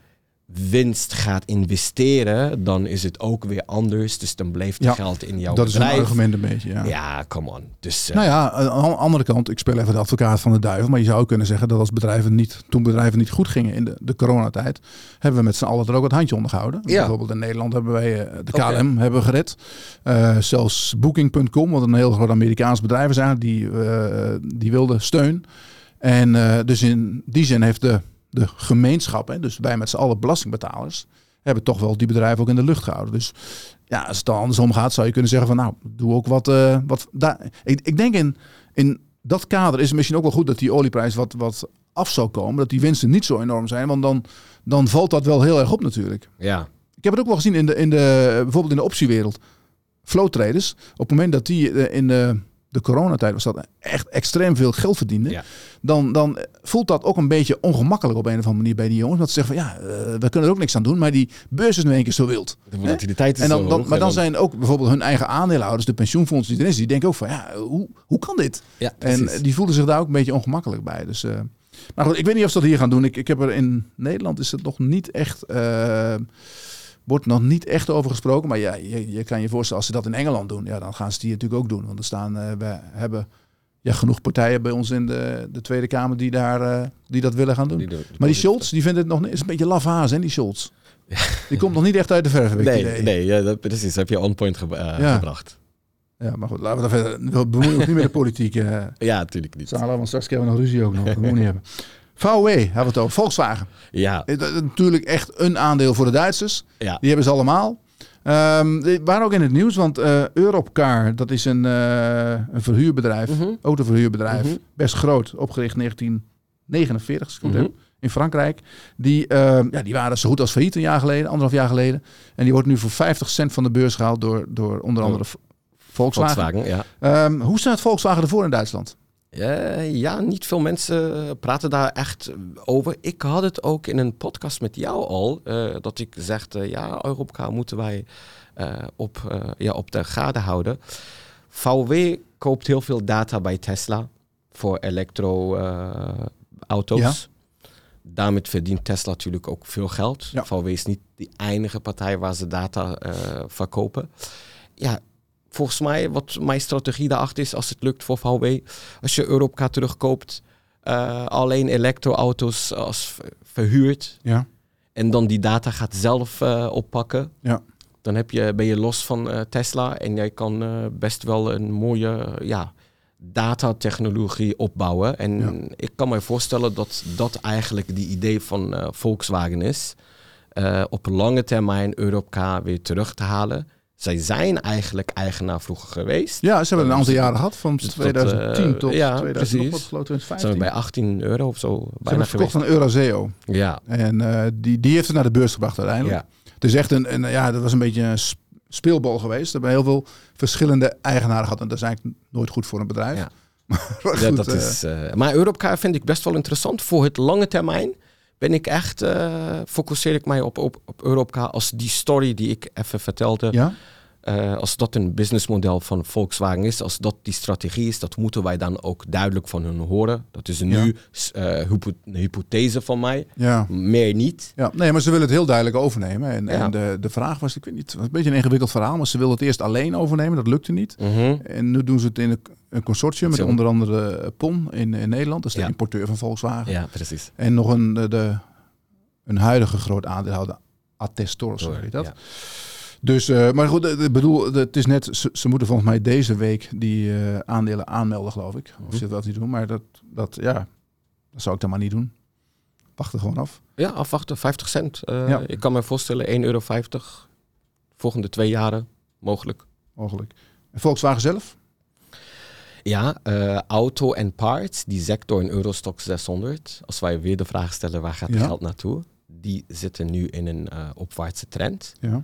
winst gaat investeren, dan is het ook weer anders. Dus dan blijft het ja, geld in jouw dat bedrijf. Dat is een argument een beetje, ja. Ja, come on. Dus, uh, nou ja, aan de andere kant, ik speel even de advocaat van de duivel, maar je zou ook kunnen zeggen dat als bedrijven niet, toen bedrijven niet goed gingen in de, de coronatijd, hebben we met z'n allen er ook het handje onder gehouden. Ja. Bijvoorbeeld in Nederland hebben wij uh, de K L M okay. hebben we gered. Uh, zelfs Booking punt com, wat een heel groot Amerikaans bedrijf is, die, uh, die wilde steun. En uh, dus in die zin heeft de de gemeenschap, hè, dus wij met z'n allen belastingbetalers, hebben toch wel die bedrijven ook in de lucht gehouden. Dus ja, als het dan andersom gaat, zou je kunnen zeggen van nou, doe ook wat. Uh, wat daar. Ik, ik denk in, in dat kader is het misschien ook wel goed dat die olieprijs wat, wat af zou komen. Dat die winsten niet zo enorm zijn, want dan, dan valt dat wel heel erg op natuurlijk. Ja. Ik heb het ook wel gezien in de, in de, bijvoorbeeld in de optiewereld. Flow traders, op het moment dat die in de... de coronatijd was dat echt extreem veel geld verdiende. Ja. Dan, dan voelt dat ook een beetje ongemakkelijk op een of andere manier bij die jongens. Dat ze zeggen van ja, uh, we kunnen er ook niks aan doen. Maar die beurs is nu één keer zo wild. De volatiliteit is en dan, zo dan, hoog, maar dan dan... zijn ook bijvoorbeeld hun eigen aandeelhouders, de pensioenfondsen die erin zijn, die denken ook van ja, hoe, hoe kan dit? Ja, en die voelen zich daar ook een beetje ongemakkelijk bij. Dus, uh, maar goed, ik weet niet of ze dat hier gaan doen. Ik, ik heb er in Nederland is het nog niet echt... Uh, wordt nog niet echt over gesproken. Maar ja, je, je kan je voorstellen, als ze dat in Engeland doen, ja, dan gaan ze die natuurlijk ook doen. Want er staan, uh, we hebben ja, genoeg partijen bij ons in de, de Tweede Kamer die, daar, uh, die dat willen gaan doen. Die, die, die maar die Scholz, die vindt het nog niet, is een beetje lafhaas, hè, die Scholz. Ja. Die komt nog niet echt uit de verf, heb ik nee, het idee. Nee, ja, dat, precies. Heb je on point ge- uh, ja. gebracht. Ja, maar goed, laten we dat verder. We bemoeien ons niet met de politiek. Uh, ja, natuurlijk niet. Zalen, want straks krijgen we nog ruzie ook nog. Dat moet we niet hebben. V W, hebben we het over. Volkswagen. Ja. Dat is natuurlijk echt een aandeel voor de Duitsers. Ja. Die hebben ze allemaal. Um, die waren ook in het nieuws, want uh, Europcar, dat is een, uh, een verhuurbedrijf, mm-hmm. autoverhuurbedrijf, mm-hmm. best groot, opgericht in negentien negenenveertig, als ik het goed heb, in Frankrijk. Die, uh, ja, die waren zo goed als failliet een jaar geleden, anderhalf jaar geleden. En die wordt nu voor vijftig cent van de beurs gehaald door, door onder andere oh. Volkswagen. Volkswagen ja. um, hoe staat Volkswagen ervoor in Duitsland? Uh, ja, niet veel mensen praten daar echt over. Ik had het ook in een podcast met jou al. Uh, dat ik zegde, ja, Europcar moeten wij uh, op, uh, ja, op de gade houden. V W koopt heel veel data bij Tesla voor elektro-auto's. Uh, ja. Daarmee verdient Tesla natuurlijk ook veel geld. Ja. V W is niet de enige partij waar ze data uh, verkopen. Ja. Volgens mij, wat mijn strategie daarachter is, als het lukt voor V W, als je Europcar terugkoopt, uh, alleen elektroauto's als verhuurd ja. en dan die data gaat zelf uh, oppakken, ja. dan heb je, ben je los van uh, Tesla en jij kan uh, best wel een mooie ja, datatechnologie opbouwen. En ja. ik kan me voorstellen dat dat eigenlijk die idee van uh, Volkswagen is, uh, op lange termijn Europcar weer terug te halen. Zij zijn eigenlijk eigenaar vroeger geweest. Ja, ze hebben een aantal jaren gehad. Van tweeduizend tien tot, tot ja, tweeduizend nog wat, geloof ik, tweeduizend vijftien. Zijn we bij achttien euro of zo. Ze hebben verkocht aan Euraseo. Ja. En uh, die, die heeft het naar de beurs gebracht uiteindelijk. Ja. Het is echt een, een, ja, dat was een beetje een speelbal geweest. Er hebben heel veel verschillende eigenaren gehad. En dat is eigenlijk nooit goed voor een bedrijf. Ja. maar, ja, goed, dat uh, is, uh, maar Europcar vind ik best wel interessant. Voor het lange termijn ben ik echt, uh, focuseer ik mij op, op, op Europcar als die story die ik even vertelde. Ja? Uh, als dat een businessmodel van Volkswagen is, als dat die strategie is, dat moeten wij dan ook duidelijk van hun horen. Dat is nu ja. uh, hypo- een hypothese van mij, ja. meer niet. Ja, nee, maar ze willen het heel duidelijk overnemen. En, ja. en de, de vraag was, ik weet niet, een beetje een ingewikkeld verhaal, maar ze wilden het eerst alleen overnemen, dat lukte niet. Mm-hmm. En nu doen ze het in een, een consortium met onder andere P O N in, in Nederland, dat is de ja. importeur van Volkswagen. Ja, precies. En nog een, de, de, een huidige groot aandeelhouder, Attestor, zo heet dat. Ja. Dus, uh, maar goed, ik bedoel, het is net, ze, ze moeten volgens mij deze week die uh, aandelen aanmelden, geloof ik. Of ze dat wel niet doen, maar dat, dat, ja, dat zou ik dan maar niet doen. Wacht er gewoon af. Ja, afwachten, vijftig cent. Uh, ja. Ik kan me voorstellen, één euro vijftig. Volgende twee jaren, mogelijk. Mogelijk. En Volkswagen zelf? Ja, uh, auto en parts, die sector in Eurostoxx zeshonderd. Als wij weer de vraag stellen, waar gaat het ja. geld naartoe? Die zitten nu in een uh, opwaartse trend. Ja.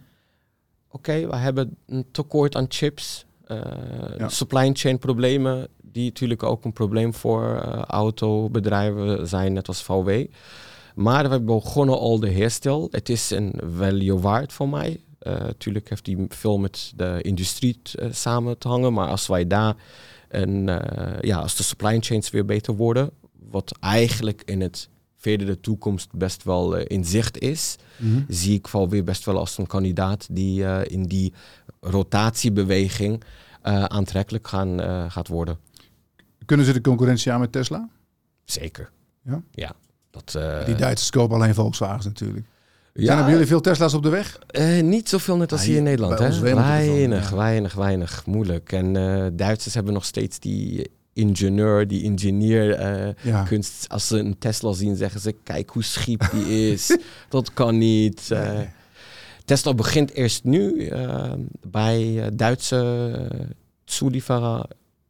Oké, okay, we hebben een tekort aan chips. Uh, ja. Supply chain problemen, die natuurlijk ook een probleem voor uh, autobedrijven zijn, net als V W. Maar we begonnen al de herstel. Het is een value waard voor mij. Natuurlijk uh, heeft die veel met de industrie uh, samen te hangen. Maar als wij daar, een, uh, ja, als de supply chains weer beter worden, wat eigenlijk in het verdere toekomst best wel uh, in zicht is, mm-hmm. zie ik V W best wel als een kandidaat die uh, in die rotatiebeweging uh, aantrekkelijk gaan, uh, gaat worden. Kunnen ze de concurrentie aan met Tesla? Zeker. Ja? Ja. Dat, uh, die Duitsers kopen alleen Volkswagens natuurlijk. Ja, zijn er bij jullie veel Tesla's op de weg? Uh, niet zoveel net als ah, hier in Nederland. Hè? Weinig, ja. weinig, weinig. Moeilijk. En uh, Duitsers hebben nog steeds die ingenieur, die ingenieur uh, ja. kunst. Als ze een Tesla zien, zeggen ze, kijk hoe schiep die is. Dat kan niet. Uh, nee. Tesla begint eerst nu uh, bij uh, Duitse uh, zulieferer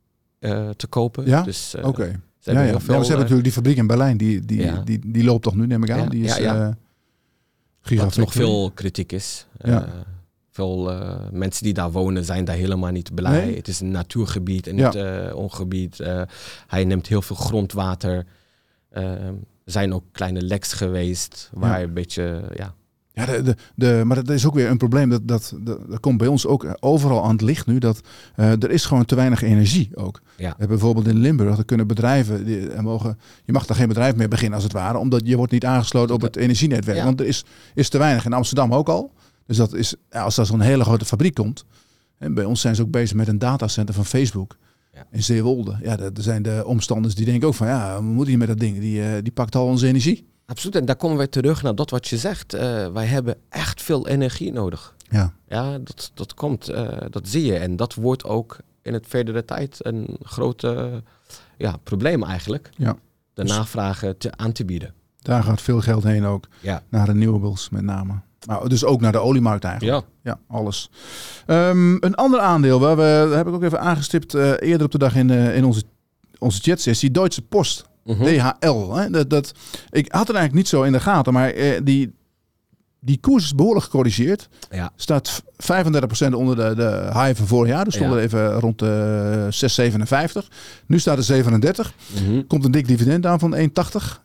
uh, te kopen. Ja? Dus, uh, oké. Okay. Ja, ja. ja, ze hebben natuurlijk die fabriek in Berlijn. Die, die, ja. die, die, die loopt toch nu, neem ik aan. Ja. Die is ja, ja. Uh, gigantisch. Wat nog veel kritiek is. Ja. Uh, veel uh, mensen die daar wonen zijn daar helemaal niet blij. Nee? Het is een natuurgebied en ja. niet uh, ongebied. Uh, hij neemt heel veel grondwater. Uh, er zijn ook kleine leks geweest waar ja. een beetje... Ja, Ja, de, de, de, maar dat is ook weer een probleem. Dat, dat, dat, dat komt bij ons ook overal aan het licht nu. Dat uh, er is gewoon te weinig energie ook. Ja. We hebben bijvoorbeeld in Limburg, er kunnen bedrijven, die, er mogen, je mag daar geen bedrijf meer beginnen als het ware, omdat je wordt niet aangesloten op het energienetwerk. Ja. Want er is, is te weinig. In Amsterdam ook al. Dus dat is, als er zo'n hele grote fabriek komt. En bij ons zijn ze ook bezig met een datacenter van Facebook. Ja. In Zeewolde. Ja, er zijn de omstanders die denken ook van, ja, we moeten hier met dat ding. Die, uh, die pakt al onze energie. Absoluut, en daar komen we terug naar dat wat je zegt. Uh, wij hebben echt veel energie nodig. Ja, ja dat, dat komt, uh, dat zie je. En dat wordt ook in het verdere tijd een groot uh, ja, probleem eigenlijk. Ja. de dus, navraag te, aan te bieden. Daar gaat veel geld heen ook. Ja. Naar renewables met name. Nou, dus ook naar de oliemarkt eigenlijk. Ja, ja alles. Um, een ander aandeel, waar we, dat heb ik ook even aangestipt uh, eerder op de dag in, uh, in onze, onze chatsessie, Deutsche Post, uh-huh. D H L. Hè? Dat, dat, ik had het eigenlijk niet zo in de gaten, maar uh, die, die koers is behoorlijk gecorrigeerd. Ja. Staat vijfendertig procent onder de, de high van vorig jaar. Dus stonden ja. even rond de zes komma zevenenvijftig. Nu staat er zevenendertig. Uh-huh. Komt een dik dividend aan van één komma tachtig.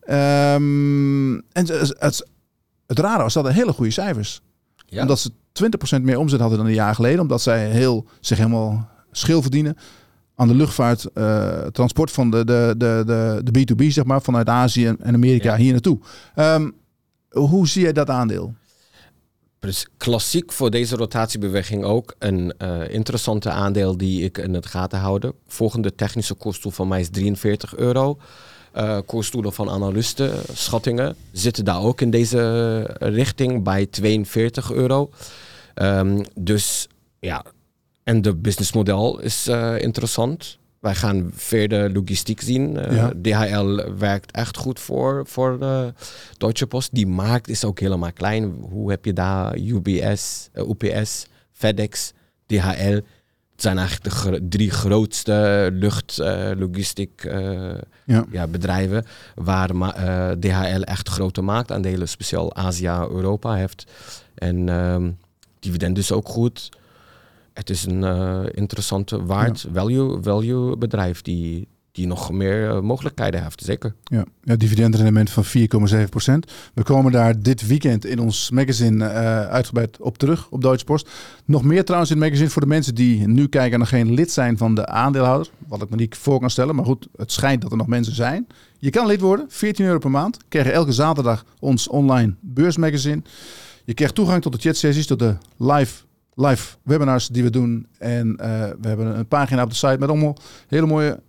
Um, en het, het Het rare was dat er hele goede cijfers. Ja. Omdat ze twintig procent meer omzet hadden dan een jaar geleden. Omdat zij heel, zich helemaal schil verdienen aan de luchtvaart, uh, transport van de, de, de, de, de B twee B, zeg maar, vanuit Azië en Amerika ja. hier naartoe. Um, hoe zie jij dat aandeel? Dus klassiek voor deze rotatiebeweging ook een uh, interessante aandeel die ik in het gaten houden. Volgende technische koersdoel van mij is drieënveertig euro. Uh, koersdoelen van analisten, schattingen, zitten daar ook in deze richting bij tweeënveertig euro. Um, dus ja, en de businessmodel is uh, interessant. Wij gaan verder logistiek zien. Uh, ja. D H L werkt echt goed voor, voor uh, Deutsche Post. Die markt is ook helemaal klein. Hoe heb je daar U B S, uh, U P S, FedEx, D H L... Het zijn eigenlijk de gro- drie grootste luchtlogistiek uh, uh, ja. ja, bedrijven waar ma- uh, D H L echt grote marktaandelen, speciaal Azië, Europa heeft. En um, dividend dus ook goed. Het is een uh, interessante waard ja. value, value bedrijf die, die nog meer uh, mogelijkheden heeft, zeker. Ja, ja, dividendrendement van vier komma zeven procent. We komen daar dit weekend in ons magazine uh, uitgebreid op terug, op Deutsche Post. Nog meer trouwens in het magazine voor de mensen die nu kijken en nog geen lid zijn van de aandeelhouder. Wat ik me niet voor kan stellen, maar goed, het schijnt dat er nog mensen zijn. Je kan lid worden, veertien euro per maand. Krijg je elke zaterdag ons online beursmagazine. Je krijgt toegang tot de chatsessies, tot de live, live webinars die we doen. En uh, we hebben een pagina op de site met allemaal hele mooie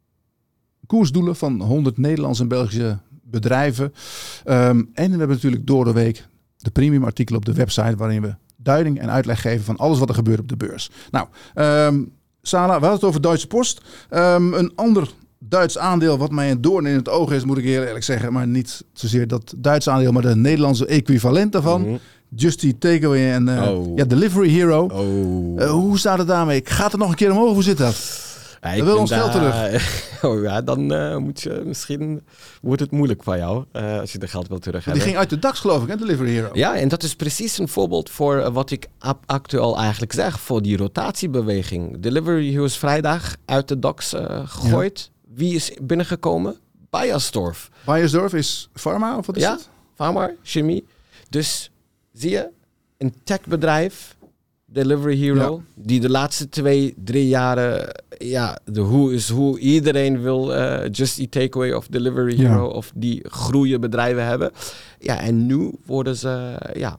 koersdoelen van honderd Nederlandse en Belgische bedrijven. Um, en we hebben natuurlijk door de week de premium artikelen op de website waarin we duiding en uitleg geven van alles wat er gebeurt op de beurs. Nou, um, Sala, we hadden het over Deutsche Post. Um, een ander Duits aandeel wat mij een doorn in het oog is, moet ik heel eerlijk zeggen, maar niet zozeer dat Duitse aandeel, maar de Nederlandse equivalent daarvan. Mm-hmm. Just Eat Takeaway en uh, oh. ja, Delivery Hero. Oh. Uh, hoe staat het daarmee? Gaat het nog een keer omhoog? Hoe zit dat? Ja, we willen ons geld terug. Oh ja, dan uh, moet je misschien wordt het moeilijk van jou uh, als je de geld wil terug hebben. Die ging uit de D A X, geloof ik, hè, Delivery Hero. Ja, en dat is precies een voorbeeld voor uh, wat ik ap- actueel eigenlijk zeg, voor die rotatiebeweging. Delivery Hero is vrijdag uit de D A X uh, gegooid. Ja. Wie is binnengekomen? Beiersdorf. Beiersdorf is pharma of wat is ja, het? Ja, pharma, chemie. Dus zie je, een techbedrijf, Delivery Hero, ja. die de laatste twee, drie jaren, ja, de hoe is hoe iedereen wil uh, Just Eat Takeaway of Delivery Hero ja. of die groeien bedrijven hebben. Ja, en nu worden ze, ja,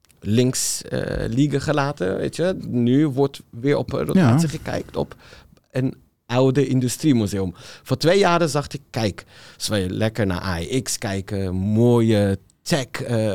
links uh, liegen gelaten, weet je. Nu wordt weer op rotatie ja. gekeken op een oude industriemuseum. Voor twee jaren zag ik, kijk, als wij lekker naar A E X kijken, mooie tech uh,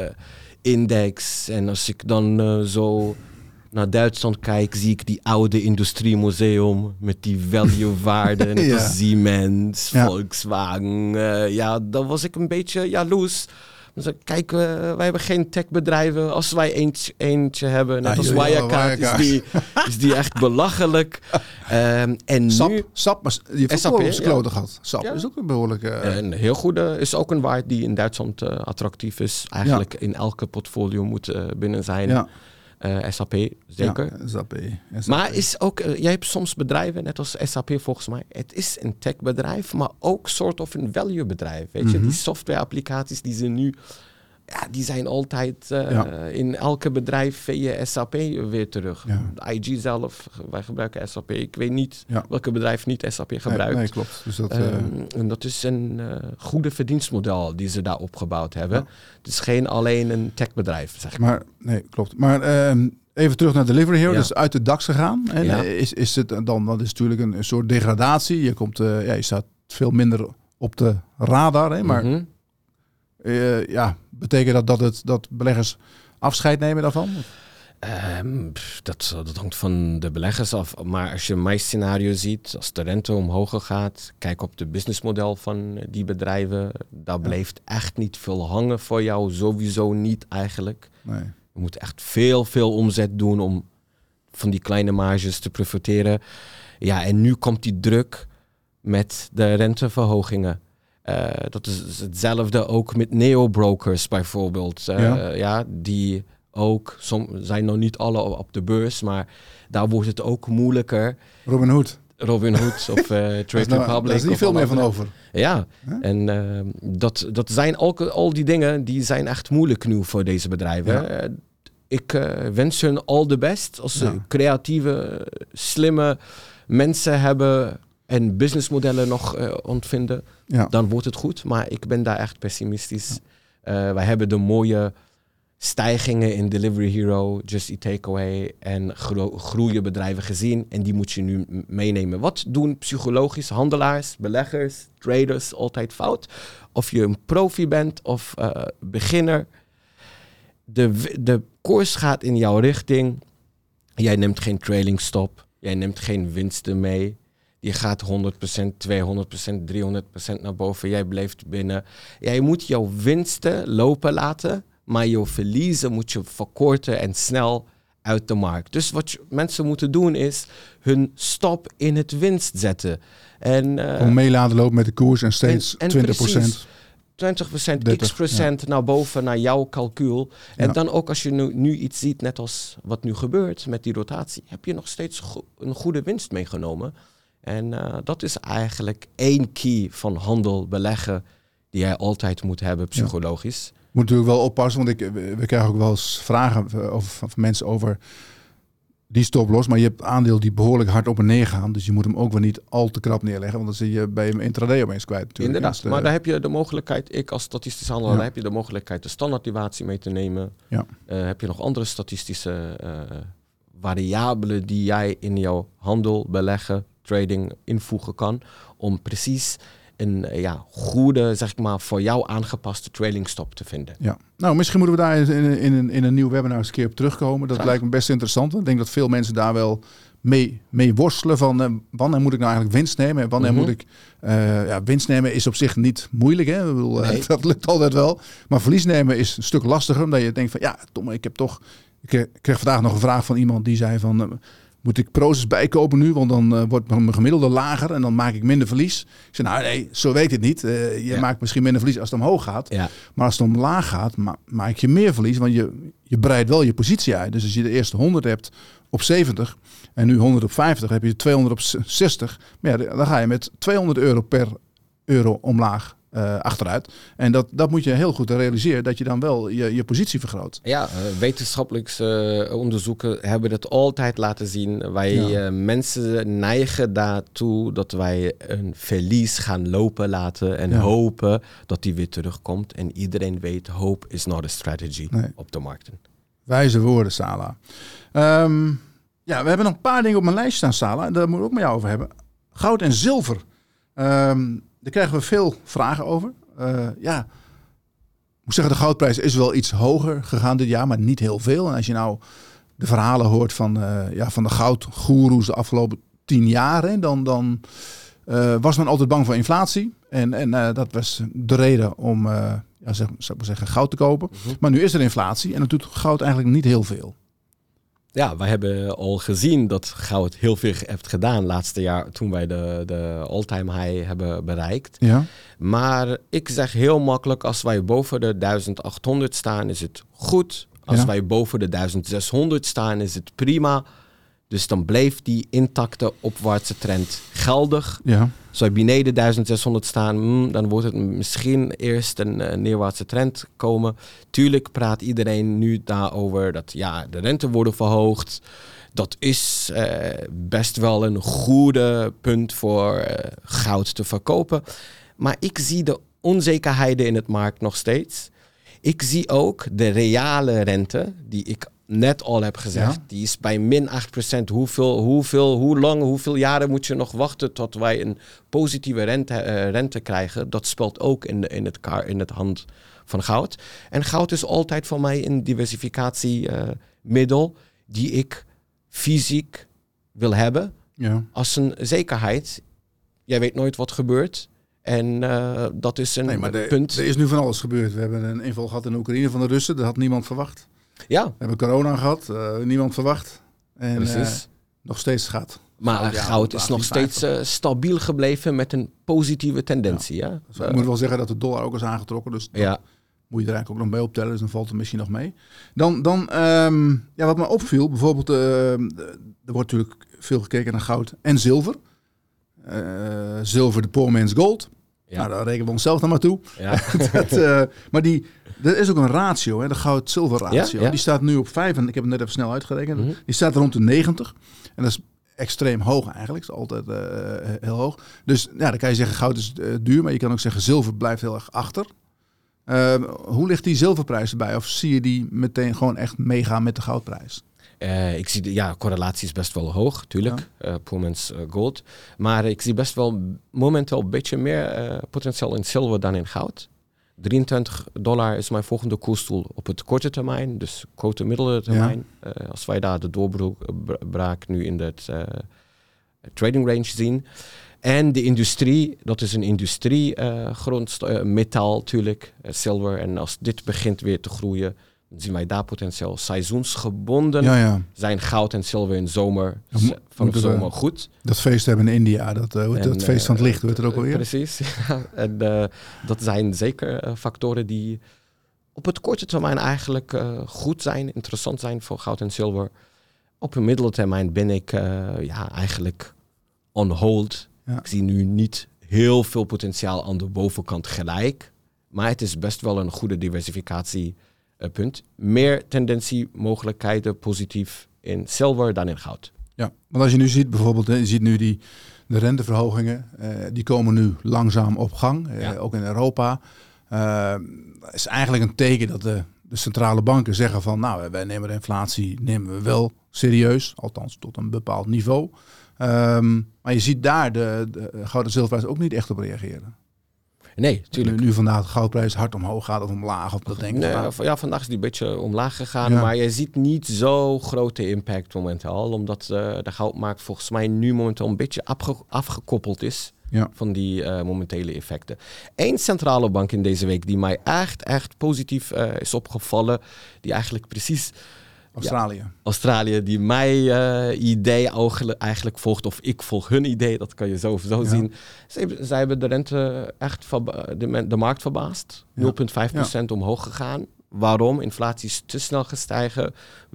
index. En als ik dan uh, zo naar Duitsland kijk, zie ik die oude industriemuseum met die value-waarden. Net ja. als Siemens, ja. Volkswagen. Uh, ja, dan was ik een beetje jaloers. Dus kijk, uh, wij hebben geen techbedrijven. Als wij eentje, eentje hebben, net ah, als Wirecard, is die, is die echt belachelijk. Um, en SAP, nu, SAP, maar je hebt ook wel kloten gehad. SAP ja. is ook een behoorlijke... Uh... Een heel goede, is ook een waard die in Duitsland uh, attractief is. Eigenlijk ja. in elke portfolio moet uh, binnen zijn. Ja. Uh, S A P, zeker. Ja, S A P, S A P. Maar is ook, uh, jij hebt soms bedrijven, net als S A P volgens mij. Het is een techbedrijf, maar ook soort of een value bedrijf. Weet mm-hmm. je, die software applicaties die ze nu, ja, die zijn altijd uh, ja. in elke bedrijf via S A P weer terug. Ja. De I G zelf, wij gebruiken S A P. Ik weet niet ja. welke bedrijf niet S A P gebruikt. Nee, nee klopt. Dus dat, uh... um, en dat is een uh, goede verdienstmodel die ze daar opgebouwd hebben. Ja. Het is geen alleen een techbedrijf, zeg maar. Nee, klopt. Maar uh, even terug naar Delivery Hero. Ja. Dus uit de D A X gegaan. En ja. is, is het dan, dat is natuurlijk een, een soort degradatie. Je, komt, uh, ja, je staat veel minder op de radar. Hè, maar mm-hmm. uh, ja, betekent dat dat, het, dat beleggers afscheid nemen daarvan? Um, dat, dat hangt van de beleggers af. Maar als je mijn scenario ziet, als de rente omhoog gaat, kijk op het businessmodel van die bedrijven. Daar ja. blijft echt niet veel hangen voor jou. Sowieso niet eigenlijk. Nee. Je moet echt veel, veel omzet doen om van die kleine marges te profiteren. Ja, en nu komt die druk met de renteverhogingen. Uh, dat is hetzelfde ook met neo-brokers bijvoorbeeld. Uh, ja. ja, die ook, som, zijn nog niet alle op de beurs, maar daar wordt het ook moeilijker. Robinhood. Robinhood of uh, Trade nou, Republic. Daar is niet veel meer van over. Ja, huh? en uh, dat, dat zijn ook al die dingen, die zijn echt moeilijk nu voor deze bedrijven. Ja. Uh, ik uh, wens hun all the best. Als ze ja. creatieve, slimme mensen hebben en businessmodellen nog uh, ontvinden, ja. dan wordt het goed. Maar ik ben daar echt pessimistisch. Ja. Uh, wij hebben de mooie stijgingen in Delivery Hero, Just Eat Takeaway en gro- groeien bedrijven gezien. En die moet je nu m- meenemen. Wat doen psychologisch handelaars, beleggers, traders altijd fout? Of je een profi bent of uh, beginner. De, de koers gaat in jouw richting. Jij neemt geen trailing stop. Jij neemt geen winsten mee. Je gaat honderd procent, tweehonderd procent, driehonderd procent naar boven. Jij blijft binnen. Jij moet jouw winsten lopen laten. Maar je verliezen moet je verkorten en snel uit de markt. Dus wat je, mensen moeten doen is hun stop in het winst zetten. En, uh, Om mee laten lopen met de koers en steeds en, en twintig procent. twintig procent, x procent ja. naar boven naar jouw calcuul. En ja. dan ook als je nu, nu iets ziet, net als wat nu gebeurt met die rotatie, heb je nog steeds go- een goede winst meegenomen. En uh, dat is eigenlijk één key van handel, beleggen, die jij altijd moet hebben psychologisch. Ja. Moet natuurlijk wel oppassen, want ik, we krijgen ook wel eens vragen over, van mensen over die stoploss. Maar je hebt aandeel die behoorlijk hard op en neer gaan. Dus je moet hem ook wel niet al te krap neerleggen. Want dan zit je bij hem intraday opeens kwijt natuurlijk. Inderdaad, de, maar daar heb je de mogelijkheid, ik als statistisch handelaar, ja. daar heb je de mogelijkheid de standaarddeviatie mee te nemen. Ja. Uh, heb je nog andere statistische uh, variabelen die jij in jouw handel, beleggen, trading invoegen kan. Om precies een ja, goede, zeg ik maar, voor jou aangepaste trailing stop te vinden. Ja, nou misschien moeten we daar in, in, in, een, in een nieuw webinar eens een keer op terugkomen. Dat Graag. lijkt me best interessant. Ik denk dat veel mensen daar wel mee, mee worstelen van uh, wanneer moet ik nou eigenlijk winst nemen en wanneer mm-hmm. moet ik uh, ja, winst nemen is op zich niet moeilijk, hè? Ik bedoel, nee. uh, dat lukt altijd wel. Maar verlies nemen is een stuk lastiger, omdat je denkt van ja, Tom, ik heb toch. Ik kreeg vandaag nog een vraag van iemand die zei van uh, moet ik Prosus bijkopen nu, want dan uh, wordt mijn gemiddelde lager en dan maak ik minder verlies. Ik zei, nou nee, zo weet het niet. Uh, je ja. maakt misschien minder verlies als het omhoog gaat. Ja. Maar als het omlaag gaat, ma- maak je meer verlies, want je, je breidt wel je positie uit. Dus als je de eerste honderd hebt op zeventig en nu honderd op vijftig, heb je tweehonderd op zestig. Maar ja, dan ga je met tweehonderd euro per euro omlaag. Uh, achteruit. En dat, dat moet je heel goed realiseren, dat je dan wel je, je positie vergroot. Ja, uh, wetenschappelijke uh, onderzoeken hebben het altijd laten zien. Wij ja. uh, mensen neigen daartoe dat wij een verlies gaan lopen laten en ja. hopen dat die weer terugkomt. En iedereen weet, hope is not a strategy nee. op de markten. Wijze woorden, Salah. Um, ja, we hebben nog een paar dingen op mijn lijst staan, Salah. En daar moeten we ook met jou over hebben. Goud en zilver. Um, Daar krijgen we veel vragen over. Uh, ja, ik moet zeggen, de goudprijs is wel iets hoger gegaan dit jaar, maar niet heel veel. En als je nou de verhalen hoort van, uh, ja, van de goudgoeroes de afgelopen tien jaar, hè, dan, dan uh, was men altijd bang voor inflatie. En, en uh, dat was de reden om uh, ja, zeg, zou ik maar zeggen, goud te kopen. Mm-hmm. Maar nu is er inflatie en dat doet goud eigenlijk niet heel veel. Ja, wij hebben al gezien dat goud heel veel heeft gedaan laatste jaar toen wij de, de all-time high hebben bereikt. Ja. Maar ik zeg heel makkelijk, als wij boven de duizend achthonderd staan is het goed. Als ja. wij boven de duizend zeshonderd staan is het prima. Dus dan blijft die intacte opwaartse trend geldig. Ja. Als wij beneden duizend zeshonderd staan, mm, dan wordt het misschien eerst een uh, neerwaartse trend komen. Tuurlijk praat iedereen nu daarover dat ja, de rente worden verhoogd. Dat is uh, best wel een goede punt voor uh, goud te verkopen. Maar ik zie de onzekerheden in het markt nog steeds. Ik zie ook de reale rente, die ik net al heb gezegd, ja. die is bij min acht procent. Hoeveel, hoeveel, hoe lang, hoeveel jaren moet je nog wachten tot wij een positieve rente, uh, rente krijgen? Dat speelt ook in, de, in, het kar, in het hand van goud. En goud is altijd voor mij een diversificatiemiddel. Uh, die ik fysiek wil hebben. Ja. Als een zekerheid. Jij weet nooit wat gebeurt. En uh, dat is een nee, maar de, punt. Er is nu van alles gebeurd. We hebben een inval gehad in Oekraïne van de Russen. Dat had niemand verwacht. Ja. We hebben corona gehad. Uh, niemand verwacht. En Precies. Uh, nog steeds gaat. Maar goud, ja, goud is nog steeds uh, stabiel gebleven met een positieve tendentie. Ja. Ja? Dus ik uh, moet wel zeggen dat de dollar ook is aangetrokken. Dus ja. moet je er eigenlijk ook nog bij optellen. Dus dan valt het misschien nog mee. Dan, dan um, ja, wat me opviel. Bijvoorbeeld, uh, er wordt natuurlijk veel gekeken naar goud en zilver. Uh, zilver, de poor man's gold. Ja. Nou, daar rekenen we onszelf dan maar toe. Ja. dat, uh, maar die, er is ook een ratio, hè, de goud-zilver ratio. Ja, ja. Die staat nu op vijf. En ik heb het net even snel uitgerekend. Mm-hmm. Die staat rond de negentig. En dat is extreem hoog eigenlijk. Dat is altijd uh, heel hoog. Dus ja, dan kan je zeggen goud is uh, duur. Maar je kan ook zeggen zilver blijft heel erg achter. Uh, hoe ligt die zilverprijs erbij? Of zie je die meteen gewoon echt meegaan met de goudprijs? Uh, ik zie de ja, correlatie is best wel hoog, tuurlijk. Ja. Uh, poor man's uh, gold. Maar ik zie best wel momenteel een beetje meer uh, potentieel in zilver dan in goud. drieëntwintig dollar is mijn volgende koersdoel op het korte termijn. Dus korte middelde termijn. Ja. Uh, als wij daar de doorbraak nu in het uh, trading range zien. En de industrie, dat is een industrie, uh, grond, uh, metaal natuurlijk, uh, zilver. En als dit begint weer te groeien, dan zien wij daar potentieel seizoensgebonden. Ja, ja. Zijn goud en zilver in zomer, ja, van de zomer goed. Dat feest hebben in India, dat, uh, en, dat feest van het licht, weet het ook alweer? Precies, ja. En uh, dat zijn zeker uh, factoren die op het korte termijn eigenlijk uh, goed zijn, interessant zijn voor goud en zilver. Op een middeltermijn ben ik uh, ja, eigenlijk on hold. Ja. Ik zie nu niet heel veel potentiaal aan de bovenkant gelijk. Maar het is best wel een goede diversificatiepunt. Meer tendentie, mogelijkheden positief in zilver dan in goud. Ja, want als je nu ziet bijvoorbeeld, je ziet nu die de renteverhogingen, uh, die komen nu langzaam op gang, uh, ja. ook in Europa. Uh, is eigenlijk een teken dat de, de centrale banken zeggen van, nou, wij nemen de inflatie nemen we wel serieus, althans tot een bepaald niveau. Um, maar je ziet daar de, de goud- en zilverprijs ook niet echt op reageren. Nee, tuurlijk. Nu, nu vandaag de goudprijs hard omhoog gaat of omlaag. Of dat denk nee, ja, vandaag is die een beetje omlaag gegaan. Ja. Maar je ziet niet zo grote impact momenteel. Omdat uh, de goudmarkt volgens mij nu momenteel een beetje afge- afgekoppeld is. Ja. Van die uh, momentele effecten. Eén centrale bank in deze week die mij echt, echt positief uh, is opgevallen. Die eigenlijk precies... Australië. Ja, Australië, die mijn uh, idee eigenlijk volgt, of ik volg hun idee, dat kan je zo of zo ja. zien. Zij, zij hebben de rente echt, verba- de, de markt verbaasd. Ja. nul komma vijf procent ja. omhoog gegaan. Waarom? Inflatie is te snel gestegen.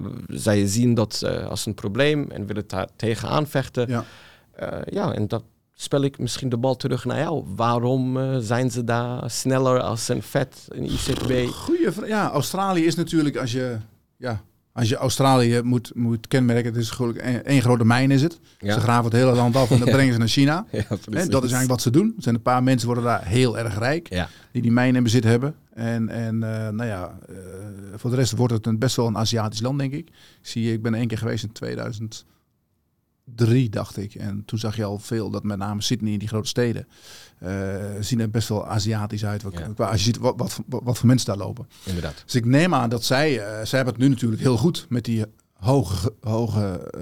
Zij zien dat uh, als een probleem en willen daar tegenaan vechten. Ja. Uh, ja, en dat spel ik misschien de bal terug naar jou. Waarom uh, zijn ze daar sneller als een Fed, een I C B? Goeie vraag. Ja, Australië is natuurlijk als je... Ja. Als je Australië moet, moet kenmerken, het is gewoon één grote mijn is het. Ja. Ze graven het hele land af en dan brengen ze naar China. Ja, en dat is eigenlijk wat ze doen. Er zijn een paar mensen worden daar heel erg rijk, ja. die die mijn in bezit hebben. En, en uh, nou ja, uh, voor de rest wordt het een, best wel een Aziatisch land, denk ik. Zie je, ik ben één keer geweest in tweeduizend drie, dacht ik. En toen zag je al veel, dat met name Sydney, die grote steden, uh, zien er best wel Aziatisch uit. Wat, ja. Als je ziet wat, wat, wat, wat voor mensen daar lopen. Inderdaad. Dus ik neem aan dat zij, uh, zij hebben het nu natuurlijk heel goed met die hoge, hoge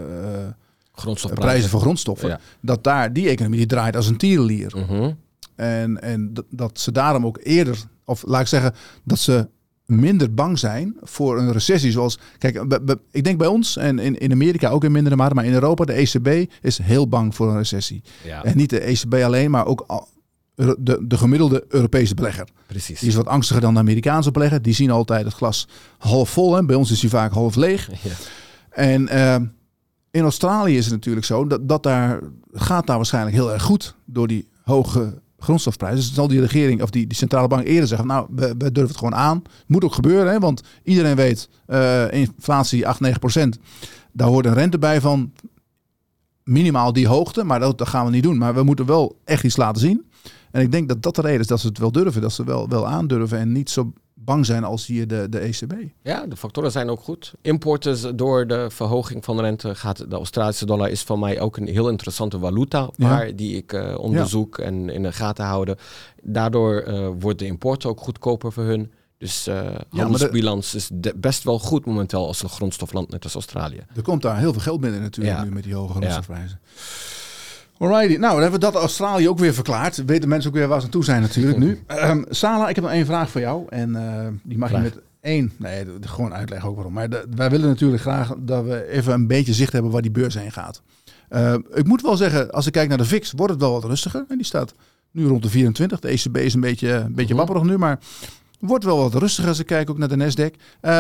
uh, prijzen voor grondstoffen. Ja. Dat daar, die economie die draait als een tierenlier. Uh-huh. En, en dat, dat ze daarom ook eerder, of laat ik zeggen, dat ze minder bang zijn voor een recessie. Zoals, kijk, be, be, ik denk bij ons en in, in Amerika ook in mindere mate, maar in Europa, de E C B is heel bang voor een recessie. Ja. En niet de E C B alleen, maar ook al, de, de gemiddelde Europese belegger. Precies. Die is wat angstiger dan de Amerikaanse belegger. Die zien altijd het glas half vol. Hè. Bij ons is hij vaak half leeg. Ja. En uh, in Australië is het natuurlijk zo dat, dat daar gaat daar waarschijnlijk heel erg goed door die hoge grondstofprijzen. Dus zal die regering of die, die centrale bank eerder zeggen, nou, we, we durven het gewoon aan. Het moet ook gebeuren, hè, want iedereen weet, uh, inflatie acht, negen procent. Daar hoort een rente bij van minimaal die hoogte, maar dat, dat gaan we niet doen. Maar we moeten wel echt iets laten zien. En ik denk dat dat de reden is dat ze het wel durven, dat ze wel, wel aandurven en niet zo bang zijn als hier de, de E C B. Ja, de factoren zijn ook goed. Importen door de verhoging van de rente gaat, de Australische dollar is voor mij ook een heel interessante valuta, waar ja. die ik uh, onderzoek ja. en in de gaten houden. Daardoor uh, wordt de import ook goedkoper voor hun. Dus uh, handelsbalans is de, best wel goed momenteel als een grondstofland net als Australië. Er komt daar heel veel geld binnen natuurlijk ja. nu met die hoge grondstofprijzen. Ja. Alrighty, nou dan hebben we dat Australië ook weer verklaard. Weten mensen ook weer waar ze aan toe zijn natuurlijk nu. Um, Sala, ik heb nog één vraag voor jou. En uh, die mag vraag. je met één, nee, gewoon uitleggen ook waarom. Maar de, wij willen natuurlijk graag dat we even een beetje zicht hebben waar die beurs heen gaat. Uh, ik moet wel zeggen, als ik kijk naar de V I X, wordt het wel wat rustiger. En die staat nu rond de vierentwintig. De E C B is een beetje, een beetje uh-huh. wapperig nu, maar wordt wel wat rustiger als ik kijk ook naar de Nasdaq.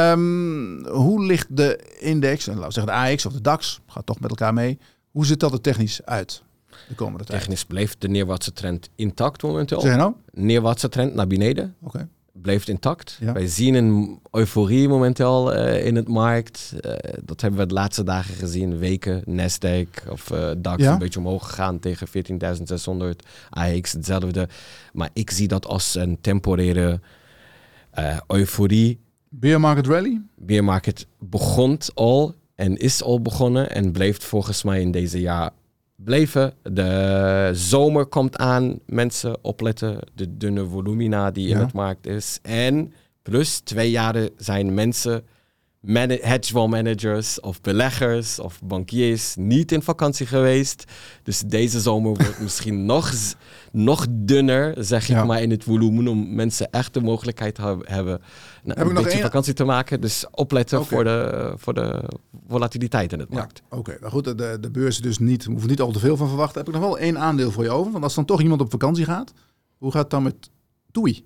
Um, hoe ligt de index, laten we zeggen de A X of de DAX, gaat toch met elkaar mee. Hoe ziet dat er technisch uit de komende tijd? Technisch bleef de neerwaartse trend intact momenteel. Zeg je nou? Neerwaartse trend naar beneden. Oké. Okay. Blijft intact. Ja. Wij zien een euforie momenteel uh, in het markt. Uh, dat hebben we de laatste dagen gezien. Weken, Nasdaq of uh, DAX ja. een beetje omhoog gegaan tegen veertienduizend zeshonderd. A X hetzelfde. Maar ik zie dat als een temporaire uh, euforie. Bear market rally? Bear market begon al en is al begonnen en blijft volgens mij in deze jaar blijven. De zomer komt aan. Mensen opletten. De dunne volumina die in ja. het markt is. En plus twee jaren zijn mensen, man- hedge fund managers of beleggers of bankiers niet in vakantie geweest. Dus deze zomer wordt misschien nog, nog dunner, zeg ik ja. maar, in het volumen. Om mensen echt de mogelijkheid te hebben nou, Heb een beetje een... vakantie te maken. Dus opletten okay. voor, de, voor de volatiliteit in het markt. Ja, Oké, okay. Maar goed, de, de beurzen dus niet, we hoeven niet al te veel van verwachten. Heb ik nog wel één aandeel voor je over. Want als dan toch iemand op vakantie gaat, hoe gaat het dan met Toei?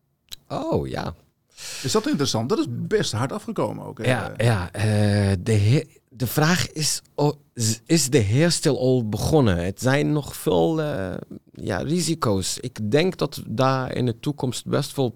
Oh, ja. Is dat interessant? Dat is best hard afgekomen ook. Hè? Ja, ja uh, de, he- de vraag is, oh, is de herstel al begonnen? Het zijn nog veel uh, ja, risico's. Ik denk dat daar in de toekomst best wel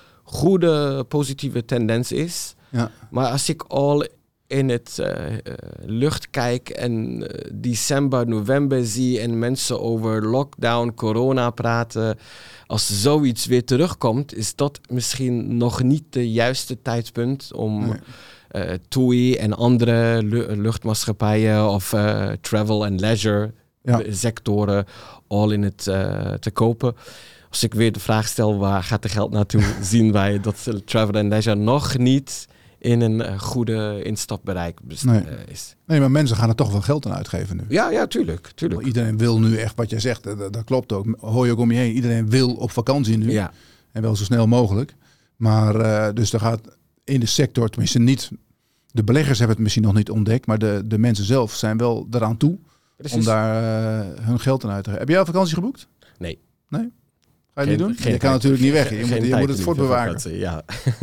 goede positieve tendens is. Ja. Maar als ik al in het uh, uh, lucht kijk en uh, december, november zie en mensen over lockdown, corona praten, als zoiets weer terugkomt, is dat misschien nog niet de juiste tijdpunt om nee. uh, Toei en andere lu- luchtmaatschappijen of uh, travel en leisure ja. sectoren al in het uh, te kopen. Als ik weer de vraag stel, waar gaat de geld naartoe, zien wij dat travel en leisure nog niet in een uh, goede instapbereik best- nee. uh, is. Nee, maar mensen gaan er toch wel geld aan uitgeven nu. Ja, ja, tuurlijk. tuurlijk. Iedereen wil nu echt, wat jij zegt, dat, dat klopt ook. Hoor je ook om je heen. Iedereen wil op vakantie nu. Ja. En wel zo snel mogelijk. Maar uh, dus er gaat in de sector, tenminste niet, de beleggers hebben het misschien nog niet ontdekt, maar de, de mensen zelf zijn wel eraan toe Precies. om daar uh, hun geld aan uit te geven. Heb jij al vakantie geboekt? Nee. Nee? Ga je geen, niet doen? Je kan tijd, natuurlijk niet weg. Geen, je moet, je moet het voortbewaken. Ja.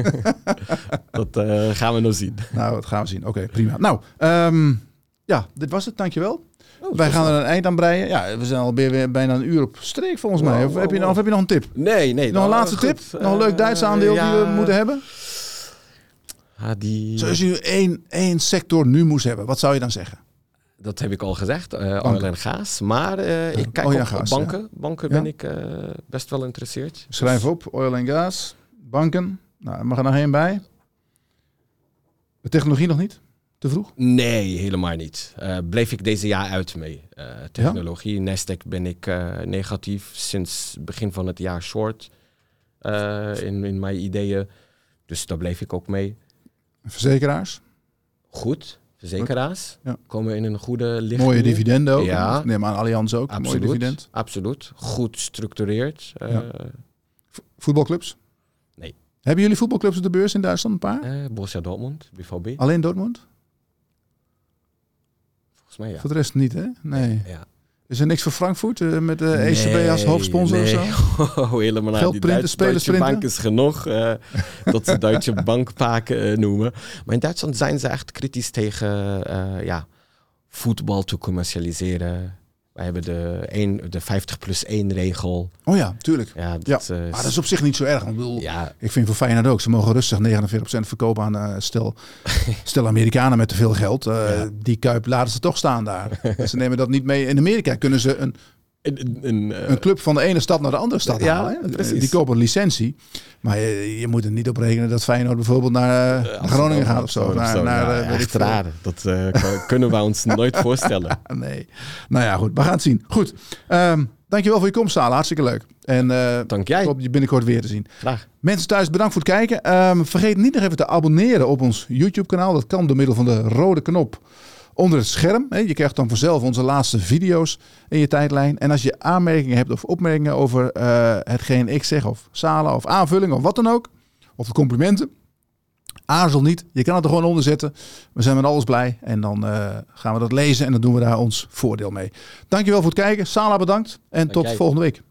dat uh, gaan we nog zien. Nou, dat gaan we zien. Oké, okay, prima. Nou, um, ja, dit was het. Dankjewel. Oh, Wij gaan er een eind aan breien. Ja, we zijn alweer weer bijna een uur op streek volgens wow, mij. Of, wow, heb je nog, of heb je nog een tip? Nee, nee. Nog nou, een laatste goed. tip? Nog een leuk Duits aandeel uh, ja, die we moeten hebben? Ah, die... Zoals je één, één sector nu moest hebben, wat zou je dan zeggen? Dat heb ik al gezegd, uh, oil en gas. Maar uh, ik kijk oh, ja, op gas, banken. Ja. Banken ja. ben ik uh, best wel geïnteresseerd. Schrijf dus... op, oil en gas, banken. Nou, mag er nog één bij. De technologie nog niet? Te vroeg? Nee, helemaal niet. Uh, bleef ik deze jaar uit mee. Uh, technologie, ja? Nasdaq ben ik uh, negatief sinds begin van het jaar short uh, in, in mijn ideeën. Dus daar bleef ik ook mee. Verzekeraars? Goed. Verzekeraars ja. komen in een goede lichting. Mooie dividenden ook. Ja. Neem aan Allianz ook. Absoluut. Mooie dividend. Absoluut. Goed gestructureerd. Uh, ja. Voetbalclubs? Nee. Hebben jullie voetbalclubs op de beurs in Duitsland een paar? Uh, Borussia Dortmund, B V B. Alleen Dortmund? Volgens mij ja. Voor de rest niet, hè? Nee. Ja. Is er niks voor Frankfurt uh, met de E C B nee, als hoofdsponsor nee. of zo? Oh, helemaal niet. Geld printen, spelers Deutsche printen? Bank is genoeg uh, dat ze Deutsche Bankpark uh, noemen. Maar in Duitsland zijn ze echt kritisch tegen uh, ja, voetbal te commercialiseren. Wij hebben de, een, de vijftig plus één regel. Oh ja, tuurlijk. Ja, dat, ja. Uh, maar dat is op zich niet zo erg. Ik bedoel, ja. ik vind voor Feyenoord ook. Ze mogen rustig negenenveertig procent verkopen aan uh, stel, stel Amerikanen met te veel geld. Uh, ja. Die Kuip laten ze toch staan daar. Ze nemen dat niet mee. In Amerika kunnen ze een, een, een, uh, een club van de ene stad naar de andere stad ja, halen. Hè? Die kopen een licentie. Maar je, je moet er niet op rekenen dat Feyenoord bijvoorbeeld naar, uh, naar Groningen gaat of zo. Naar, zo naar, ja, uh, echt raar. Dat uh, kunnen we ons nooit voorstellen. Nee. Nou ja, goed. We gaan het zien. Goed. Um, dankjewel voor je komst, Sala. Hartstikke leuk. En uh, Dank jij. Ik hoop je binnenkort weer te zien. Graag. Mensen thuis, bedankt voor het kijken. Um, vergeet niet nog even te abonneren op ons YouTube-kanaal. Dat kan door middel van de rode knop onder het scherm. Je krijgt dan vanzelf onze laatste video's in je tijdlijn. En als je aanmerkingen hebt of opmerkingen over uh, hetgeen ik zeg, of Sala, of aanvullingen, of wat dan ook, of de complimenten, aarzel niet. Je kan het er gewoon onder zetten. We zijn met alles blij. En dan uh, gaan we dat lezen en dan doen we daar ons voordeel mee. Dankjewel voor het kijken. Sala, bedankt. En Dank tot jij. volgende week.